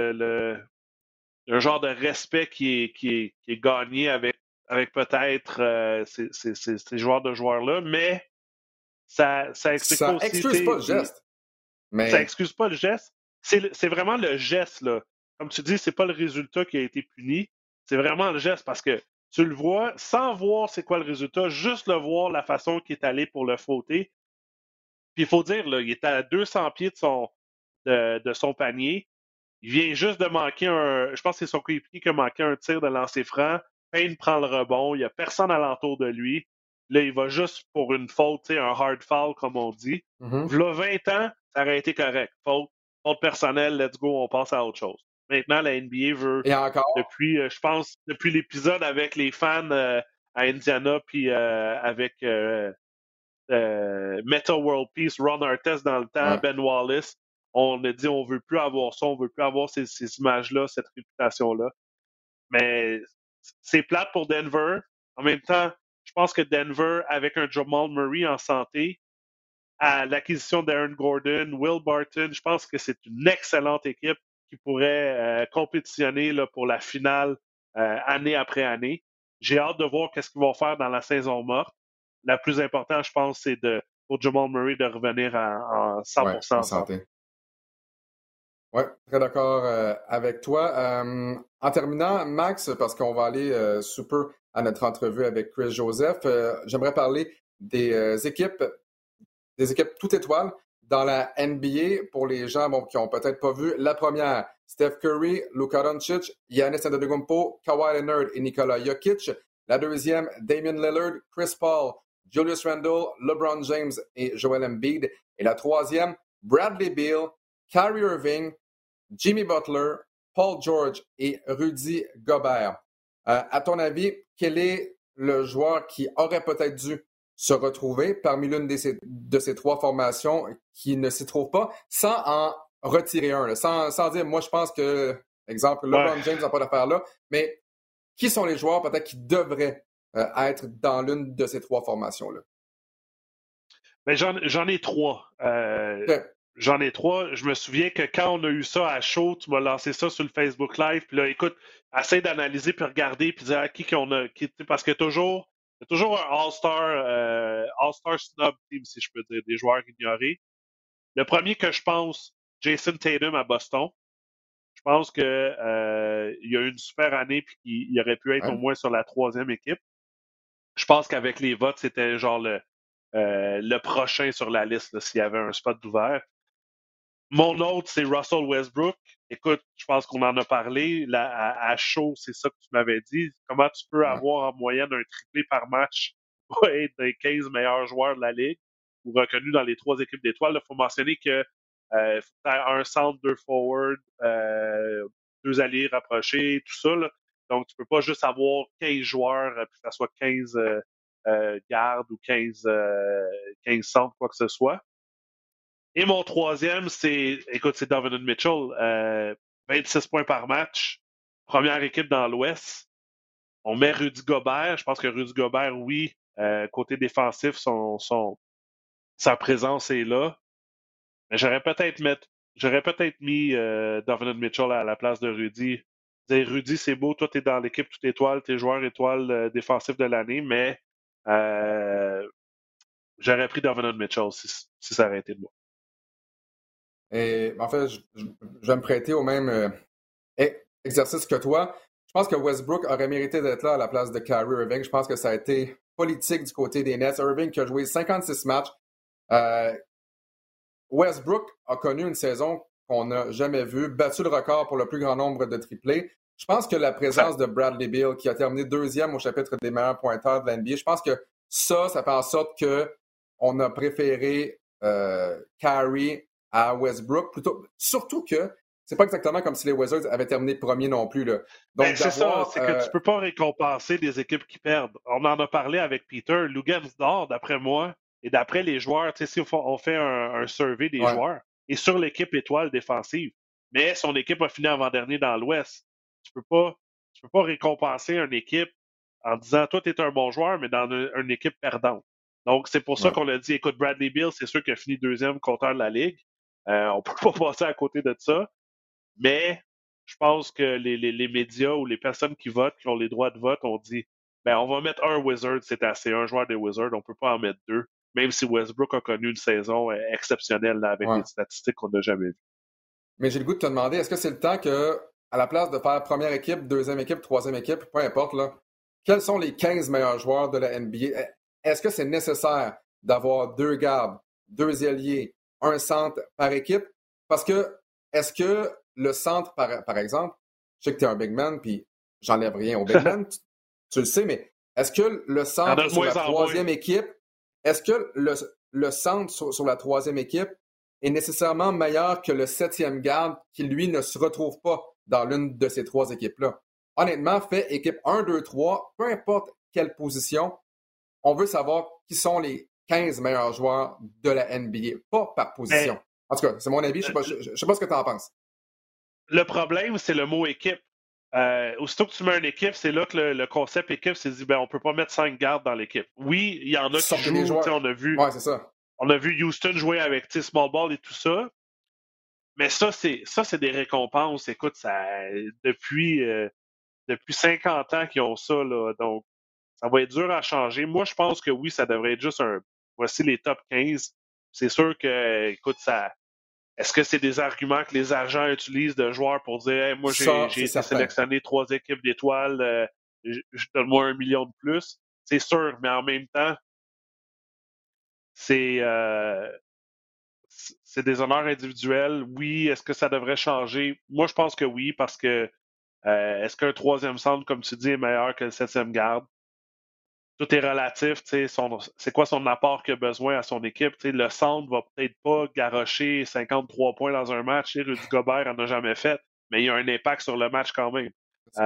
un genre de respect qui est gagné avec peut-être ces joueurs-là, mais ça explique pas Ça aussi, tu excuse pas sais, le geste, ça mais excuse pas le geste. C'est vraiment le geste, là. Comme tu dis, c'est pas le résultat qui a été puni. C'est vraiment le geste parce que tu le vois sans voir c'est quoi le résultat, juste le voir la façon qu'il est allé pour le fauter. Puis il faut dire, là, il est à 200 pieds de son panier. Il vient juste de manquer je pense que c'est son coéquipier qui a manqué un tir de lancer franc. Payne prend le rebond. Il n'y a personne alentour de lui. Là, il va juste pour une faute, tu sais, un hard foul, comme on dit. V'là 20 ans, ça aurait été correct. Faute personnelle, let's go, on passe à autre chose. Maintenant, la NBA veut, et encore, je pense, depuis l'épisode avec les fans à Indiana, puis avec Meta World Peace, Ron Artest dans le temps, ouais. Ben Wallace, on a dit on veut plus avoir ça, on veut plus avoir ces images-là, cette réputation-là. Mais c'est plate pour Denver. En même temps, je pense que Denver, avec un Jamal Murray en santé, à l'acquisition d'Aaron Gordon, Will Barton, je pense que c'est une excellente équipe qui pourrait compétitionner là, pour la finale année après année. J'ai hâte de voir qu'est-ce qu'ils vont faire dans la saison morte. La plus importante, je pense, c'est pour Jamal Murray de revenir en Ouais, 100% en en santé. santé. Oui, très d'accord avec toi. En terminant, Max, parce qu'on va aller sous peu à notre entrevue avec Chris Joseph, j'aimerais parler des équipes toutes étoiles dans la NBA pour les gens qui n'ont peut-être pas vu. La première, Steph Curry, Luka Doncic, Giannis Antetokounmpo, Kawhi Leonard et Nikola Jokic. La deuxième, Damian Lillard, Chris Paul, Julius Randle, LeBron James et Joel Embiid. Et la troisième, Bradley Beal, Kyrie Irving, Jimmy Butler, Paul George et Rudy Gobert. À ton avis, quel est le joueur qui aurait peut-être dû se retrouver parmi l'une de ces trois formations qui ne s'y trouve pas, sans en retirer un, sans dire, moi je pense que, exemple, LeBron James n'a pas d'affaire là, mais qui sont les joueurs peut-être qui devraient être dans l'une de ces trois formations-là? Mais j'en ai trois. J'en ai trois. Je me souviens que quand on a eu ça à chaud, tu m'as lancé ça sur le Facebook Live. Puis là, écoute, essaie d'analyser puis regarder puis dire qui qu'on a. Parce qu'il y a toujours un All-Star snob team, si je peux dire, des joueurs ignorés. Le premier que je pense, Jason Tatum à Boston. Je pense que il a eu une super année puis qu'il aurait pu être au moins sur la troisième équipe. Je pense qu'avec les votes, c'était genre le prochain sur la liste s'il y avait un spot d'ouvert. Mon autre, c'est Russell Westbrook. Écoute, je pense qu'on en a parlé. À chaud, c'est ça que tu m'avais dit. Comment tu peux avoir en moyenne un triplé par match pour être des 15 meilleurs joueurs de la Ligue ou reconnu dans les trois équipes d'étoiles? Il faut mentionner que faut un centre, deux forwards, deux alliés rapprochés, tout ça. Là. Donc, tu peux pas juste avoir 15 joueurs puis que ça soit 15 gardes ou 15 centres, quoi que ce soit. Et mon troisième, c'est Donovan Mitchell. 26 points par match. Première équipe dans l'Ouest. On met Rudy Gobert. Je pense que Rudy Gobert, oui, côté défensif, sa présence est là. Mais j'aurais peut-être mis Donovan Mitchell à la place de Rudy. Dire, Rudy, c'est beau, toi, t'es dans l'équipe toute étoile, t'es joueur étoile défensif de l'année, mais j'aurais pris Donovan Mitchell si ça aurait été de moi. Et en fait, je vais me prêter au même exercice que toi. Je pense que Westbrook aurait mérité d'être là à la place de Kyrie Irving. Je pense que ça a été politique du côté des Nets. Irving qui a joué 56 matchs. Westbrook a connu une saison qu'on n'a jamais vue, battu le record pour le plus grand nombre de triplés. Je pense que la présence de Bradley Beal, qui a terminé 2e au chapitre des meilleurs pointeurs de l'NBA, je pense que ça fait en sorte qu'on a préféré Kyrie à Westbrook, surtout que c'est pas exactement comme si les Wizards avaient terminé premier non plus. Là. Donc, c'est ça, c'est que tu peux pas récompenser des équipes qui perdent. On en a parlé avec Peter. Luguentz-Dort, d'après moi, et d'après les joueurs, si on fait un survey des joueurs, et sur l'équipe étoile défensive, mais son équipe a fini avant-dernier dans l'Ouest. Tu peux pas récompenser une équipe en disant, toi, tu es un bon joueur, mais dans une équipe perdante. Donc, c'est pour ça qu'on a dit, écoute, Bradley Beal, c'est sûr qu'il a fini 2e compteur de la Ligue. On peut pas passer à côté de ça. Mais je pense que les médias ou les personnes qui votent, qui ont les droits de vote, ont dit on va mettre un Wizard, c'est assez, un joueur des Wizards, on ne peut pas en mettre 2, même si Westbrook a connu une saison exceptionnelle là, avec des statistiques qu'on n'a jamais vues. Mais j'ai le goût de te demander, est-ce que c'est le temps que, à la place de faire première équipe, 2e équipe, 3e équipe, peu importe, là, quels sont les 15 meilleurs joueurs de la NBA? Est-ce que c'est nécessaire d'avoir 2 gardes, 2 ailiers, un centre par équipe? Parce que, est-ce que le centre, par exemple, je sais que tu es un big man, puis j'enlève rien au big man, tu le sais, mais est-ce que le centre sur la 3e équipe, est-ce que le centre sur la 3e équipe est nécessairement meilleur que le 7e garde qui, lui, ne se retrouve pas dans l'une de ces 3 équipes-là? Honnêtement, fait équipe 1, 2, 3, peu importe quelle position, on veut savoir qui sont les 15 meilleurs joueurs de la NBA, pas par position. En tout cas, c'est mon avis, je ne sais pas ce que tu en penses. Le problème, c'est le mot équipe. Aussitôt que tu mets une équipe, c'est là que le concept équipe s'est dit on peut pas mettre 5 gardes dans l'équipe. Oui, il y en a qui jouent, on a vu. Ouais, c'est ça. On a vu Houston jouer avec small ball et tout ça. Mais ça, c'est des récompenses. Écoute, depuis 50 ans qu'ils ont ça, là. Donc, ça va être dur à changer. Moi, je pense que oui, ça devrait être juste voici les top 15. C'est sûr que, écoute, est-ce que c'est des arguments que les agents utilisent de joueurs pour dire hey, moi, j'ai été sélectionné 3 équipes d'étoiles, je donne-moi 1 million de plus? C'est sûr, mais en même temps, c'est des honneurs individuels. Oui, est-ce que ça devrait changer? Moi, je pense que oui, parce que est-ce qu'un 3e centre, comme tu dis, est meilleur que le 7e garde? Tout est relatif. C'est quoi son apport qu'il a besoin à son équipe? Le centre va peut-être pas garrocher 53 points dans un match. Rudy Gobert en a jamais fait, mais il a un impact sur le match quand même.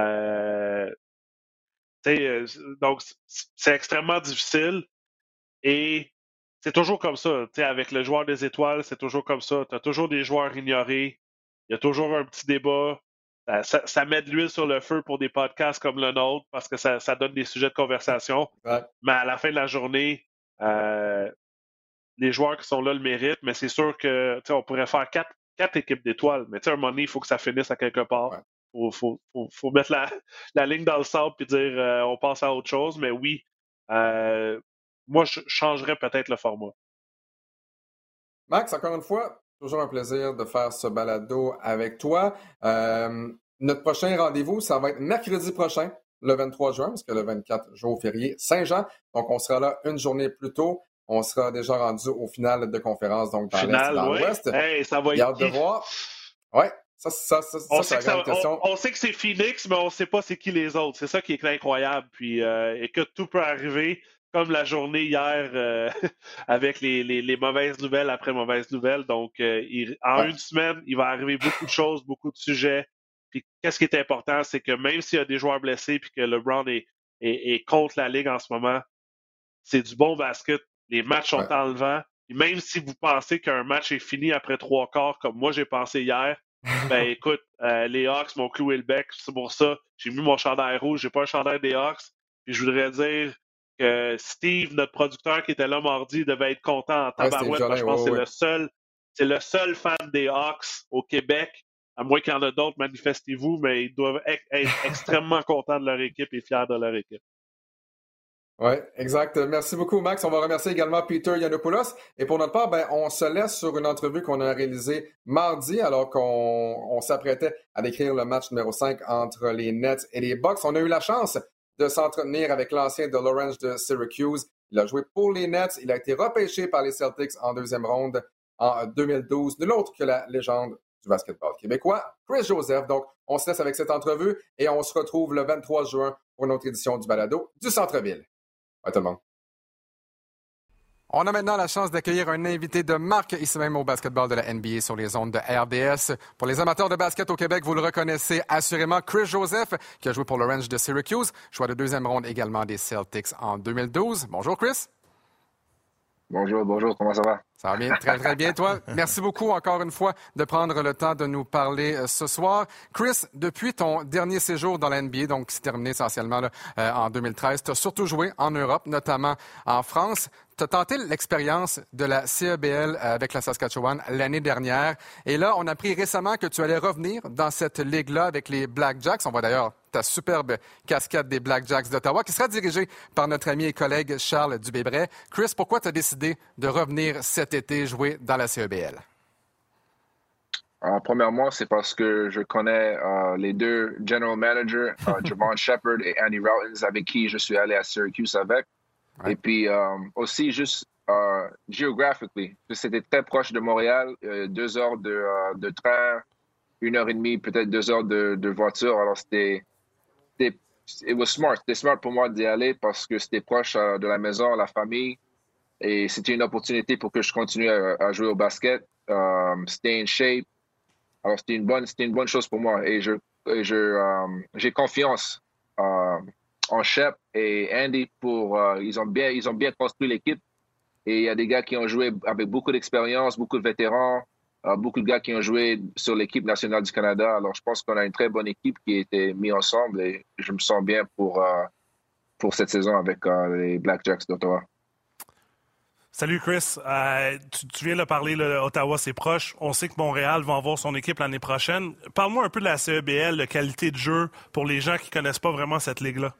Donc, c'est extrêmement difficile et c'est toujours comme ça. Avec le joueur des étoiles, c'est toujours comme ça. Tu as toujours des joueurs ignorés. Il y a toujours un petit débat. Ça met de l'huile sur le feu pour des podcasts comme le nôtre parce que ça donne des sujets de conversation. Ouais. Mais à la fin de la journée, les joueurs qui sont là le méritent. Mais c'est sûr que on pourrait faire 4 équipes d'étoiles. Mais à un moment donné, il faut que ça finisse à quelque part. Il faut mettre la ligne dans le sable et dire on passe à autre chose. Mais oui, moi, je changerais peut-être le format. Max, encore une fois, toujours un plaisir de faire ce balado avec toi. Notre prochain rendez-vous, ça va être mercredi prochain, le 23 juin, parce que le 24, jour férié Saint-Jean. Donc, on sera là une journée plus tôt. On sera déjà rendu au final de conférence, donc dans l'Est et dans l'Ouest. Hey, ça va être hâte de voir. Oui, ça c'est la grande question. On sait que c'est Phoenix, mais on ne sait pas c'est qui les autres. C'est ça qui est incroyable. Puis, écoute, tout peut arriver. Comme la journée hier avec les mauvaises nouvelles après mauvaises nouvelles. Donc, en une semaine, il va arriver beaucoup de choses, beaucoup de sujets. Puis, qu'est-ce qui est important, c'est que même s'il y a des joueurs blessés puis que LeBron est contre la Ligue en ce moment, c'est du bon basket. Les matchs sont enlevants. Et même si vous pensez qu'un match est fini après 3 quarts, comme moi j'ai pensé hier, ben écoute, les Hawks m'ont cloué le bec. C'est pour ça, j'ai mis mon chandail rouge, j'ai pas un chandail des Hawks. Puis je voudrais dire que Steve, notre producteur qui était là mardi, devait être content en tabarouette. Jolin, Je pense que ouais. c'est le seul fan des Hawks au Québec. À moins qu'il y en a d'autres, manifestez-vous, mais ils doivent être extrêmement contents de leur équipe et fiers de leur équipe. Oui, exact. Merci beaucoup, Max. On va remercier également Peter Yiannopoulos. Et pour notre part, on se laisse sur une entrevue qu'on a réalisée mardi alors qu'on s'apprêtait à décrire le match numéro 5 entre les Nets et les Bucks. On a eu la chance de s'entretenir avec l'ancien de l'Orange de Syracuse. Il a joué pour les Nets. Il a été repêché par les Celtics en deuxième ronde en 2012. Nul autre que la légende du basketball québécois, Chris Joseph. Donc, on se laisse avec cette entrevue et on se retrouve le 23 juin pour une autre édition du Balado du Centre-Ville. Ouais, tout le monde. On a maintenant la chance d'accueillir un invité de marque ici même au basketball de la NBA sur les ondes de RDS. Pour les amateurs de basket au Québec, vous le reconnaissez assurément, Chris Joseph, qui a joué pour l'Orange de Syracuse, choix de deuxième ronde également des Celtics en 2012. Bonjour, Chris. Bonjour, comment ça va? Ça va bien, très, très bien, toi. Merci beaucoup encore une fois de prendre le temps de nous parler ce soir. Chris, depuis ton dernier séjour dans la NBA, donc qui s'est terminé essentiellement là, en 2013, tu as surtout joué en Europe, notamment en France. Tu as tenté l'expérience de la CEBL avec la Saskatchewan l'année dernière. Et là, on a appris récemment que tu allais revenir dans cette ligue-là avec les Blackjacks. On voit d'ailleurs ta superbe casquette des Blackjacks d'Ottawa, qui sera dirigée par notre ami et collègue Charles Dubébret. Chris, pourquoi tu as décidé de revenir cet été jouer dans la CEBL? Premièrement, c'est parce que je connais les deux general managers, Javon Shepherd et Andy Routens, avec qui je suis allé à Syracuse avec. Ouais. Et puis aussi, juste geographically, c'était très proche de Montréal, 2 heures de train, 1h30, peut-être 2 heures de voiture. Alors, c'était smart pour moi d'y aller parce que c'était proche de la maison, la famille. Et c'était une opportunité pour que je continue à jouer au basket, stay in shape. Alors, c'était une bonne chose pour moi. Et j'ai confiance en Shep et Andy ils ont bien construit l'équipe. Et il y a des gars qui ont joué avec beaucoup d'expérience, beaucoup de vétérans, beaucoup de gars qui ont joué sur l'équipe nationale du Canada. Alors, je pense qu'on a une très bonne équipe qui a été mise ensemble et je me sens bien pour cette saison avec les Blackjacks d'Ottawa. Salut Chris, tu viens de parler, là, Ottawa c'est proche. On sait que Montréal va avoir son équipe l'année prochaine. Parle-moi un peu de la CEBL, de qualité de jeu pour les gens qui ne connaissent pas vraiment cette ligue-là.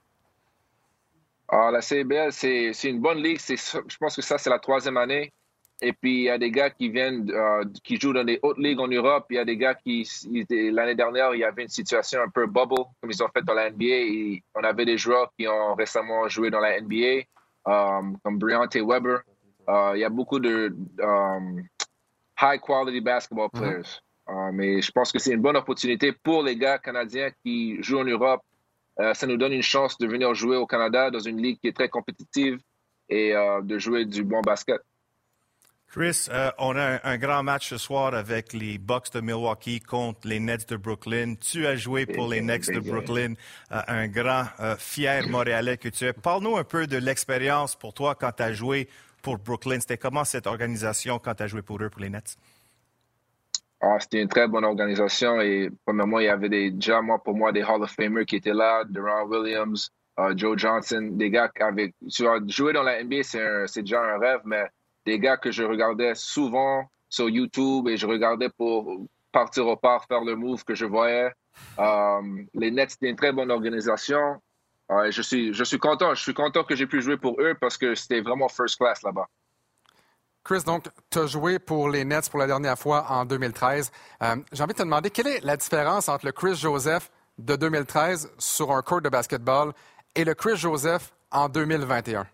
La CEBL, c'est une bonne ligue. Je pense que ça, c'est la 3e année. Et puis, il y a des gars qui viennent, qui jouent dans des hautes ligues en Europe. Il y a des gars l'année dernière, il y avait une situation un peu bubble, comme ils ont fait dans la NBA. Et on avait des joueurs qui ont récemment joué dans la NBA. Comme Briante Weber. Il y a beaucoup de high-quality basketball players. Mais je pense que c'est une bonne opportunité pour les gars canadiens qui jouent en Europe. Ça nous donne une chance de venir jouer au Canada dans une ligue qui est très compétitive et de jouer du bon basket. Chris, on a un grand match ce soir avec les Bucks de Milwaukee contre les Nets de Brooklyn. Tu as joué pour les Nets de Brooklyn, un grand, fier Montréalais que tu es. Parle-nous un peu de l'expérience pour toi quand tu as joué pour Brooklyn. C'était comment cette organisation quand tu as joué pour eux, pour les Nets? C'était une très bonne organisation et premièrement, il y avait pour moi, des Hall of Famers qui étaient là, Deron Williams, Joe Johnson, des gars avec jouer dans la NBA, c'est déjà un rêve, mais des gars que je regardais souvent sur YouTube et je regardais pour partir au parc, faire le move que je voyais. Les Nets, c'était une très bonne organisation. Je suis content. Je suis content que j'ai pu jouer pour eux parce que c'était vraiment first class là-bas. Chris, donc, tu as joué pour les Nets pour la dernière fois en 2013. J'ai envie de te demander, quelle est la différence entre le Chris Joseph de 2013 sur un court de basketball et le Chris Joseph en 2021?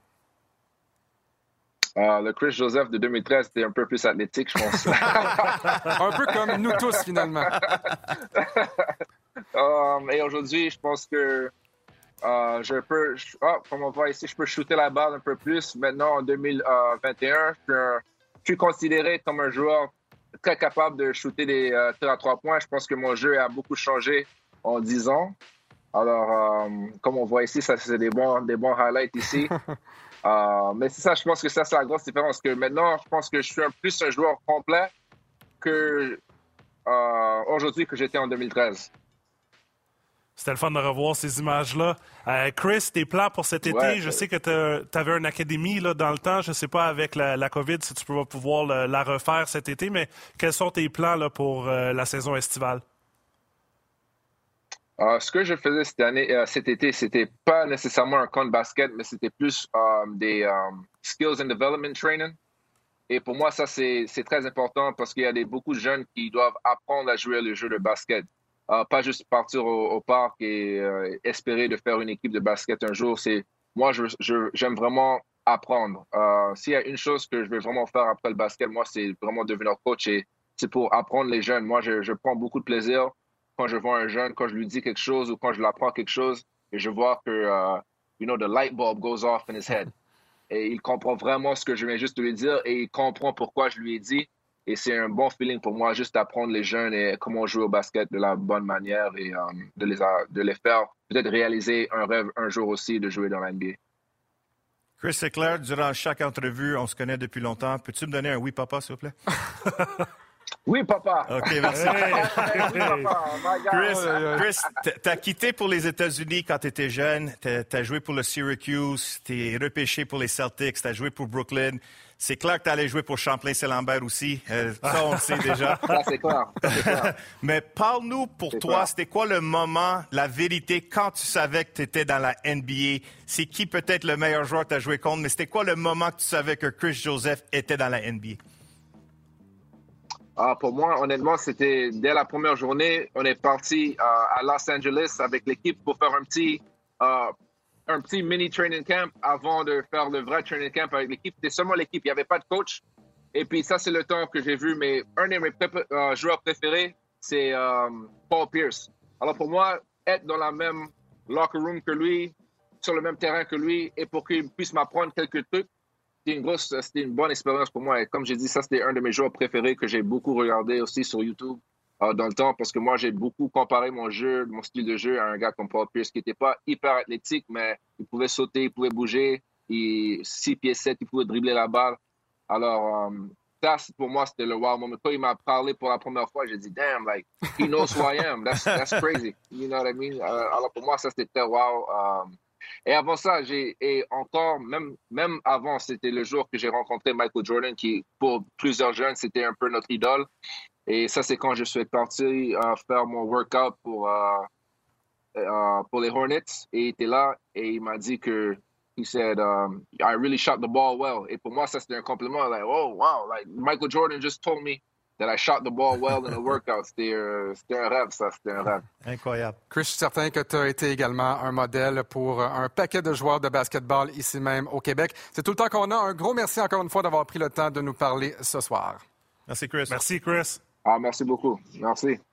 Le Chris Joseph de 2013 était un peu plus athlétique, je pense. Un peu comme nous tous, finalement. Et aujourd'hui, je pense que comme on voit ici, je peux shooter la balle un peu plus. Maintenant, en 2021, je suis considéré comme un joueur très capable de shooter des tirs à 3 points. Je pense que mon jeu a beaucoup changé en 10 ans. Alors, comme on voit ici, ça c'est des bons highlights ici. Mais c'est ça, je pense que ça, c'est la grosse différence. Que maintenant, je pense que je suis plus un joueur complet que aujourd'hui que j'étais en 2013. C'était le fun de revoir ces images-là. Chris, tes plans pour cet été, je sais que tu avais une académie là, dans le temps. Je ne sais pas avec la COVID si tu peux pouvoir la refaire cet été, mais quels sont tes plans là, pour la saison estivale? Ce que je faisais cet été, c'était pas nécessairement un camp de basket, mais c'était plus des skills and development training. Et pour moi, ça, c'est très important parce qu'il y a beaucoup de jeunes qui doivent apprendre à jouer le jeu de basket. Pas juste partir au parc et espérer de faire une équipe de basket un jour. Moi, j'aime vraiment apprendre. S'il y a une chose que je vais vraiment faire après le basket, moi, c'est vraiment devenir coach et c'est pour apprendre les jeunes. Moi, je prends beaucoup de plaisir quand je vois un jeune, quand je lui dis quelque chose ou quand je l'apprends quelque chose et je vois que, the light bulb goes off in his head. Et il comprend vraiment ce que je viens juste de lui dire et il comprend pourquoi je lui ai dit. Et c'est un bon feeling pour moi juste d'apprendre les jeunes et comment jouer au basket de la bonne manière et de les faire peut-être réaliser un rêve un jour aussi de jouer dans la NBA. Chris, c'est clair, durant chaque entrevue, on se connaît depuis longtemps. Peux-tu me donner un oui, papa, s'il vous plaît? Oui, papa. OK, merci. Oui, papa. Chris, t'as quitté pour les États-Unis quand tu étais jeune. T'as joué pour le Syracuse. T'es repêché pour les Celtics. T'as joué pour Brooklyn. C'est clair que t'allais jouer pour Champlain-Saint-Lambert aussi. Ça, on le sait déjà. Ça, c'est clair. Mais parle-nous pour toi, c'était quoi le moment, la vérité, quand tu savais que tu étais dans la NBA? C'est qui peut-être le meilleur joueur que tu as joué contre, mais c'était quoi le moment que tu savais que Chris Joseph était dans la NBA? Pour moi, honnêtement, c'était dès la première journée. On est parti à Los Angeles avec l'équipe pour faire un petit mini training camp avant de faire le vrai training camp avec l'équipe. C'était seulement l'équipe, il n'y avait pas de coach. Et puis ça, c'est le temps que j'ai vu. Mais un de mes joueurs préférés, c'est Paul Pierce. Alors pour moi, être dans la même locker room que lui, sur le même terrain que lui, et pour qu'il puisse m'apprendre quelques trucs, c'était une bonne expérience pour moi. Et comme j'ai dit, ça, c'était un de mes joueurs préférés que j'ai beaucoup regardé aussi sur YouTube dans le temps, parce que moi, j'ai beaucoup comparé mon style de jeu à un gars comme Paul Pierce, qui n'était pas hyper athlétique, mais il pouvait sauter, il pouvait bouger, 6 pieds 7, il pouvait dribbler la balle. Alors, ça, pour moi, c'était le wow moment. Quand il m'a parlé pour la première fois, j'ai dit, damn, like, he knows who I am. That's crazy. You know what I mean? Alors, pour moi, ça, c'était très wow. Et avant ça, même avant, c'était le jour que j'ai rencontré Michael Jordan, qui, pour plusieurs jeunes, c'était un peu notre idole. Et ça, c'est quand je suis parti faire mon workout pour les Hornets. Et il était là et il m'a dit que, he said, I really shot the ball well. Et pour moi, ça, c'était un compliment. Like, oh, wow, like, Michael Jordan just told me that I shot the ball well in a workout. C'était un rêve, ça. C'était un rêve. Incroyable. Chris, je suis certain que tu as été également un modèle pour un paquet de joueurs de basketball ici même au Québec. C'est tout le temps qu'on a. Un gros merci encore une fois d'avoir pris le temps de nous parler ce soir. Merci, Chris. Merci, Chris. Merci beaucoup. Merci.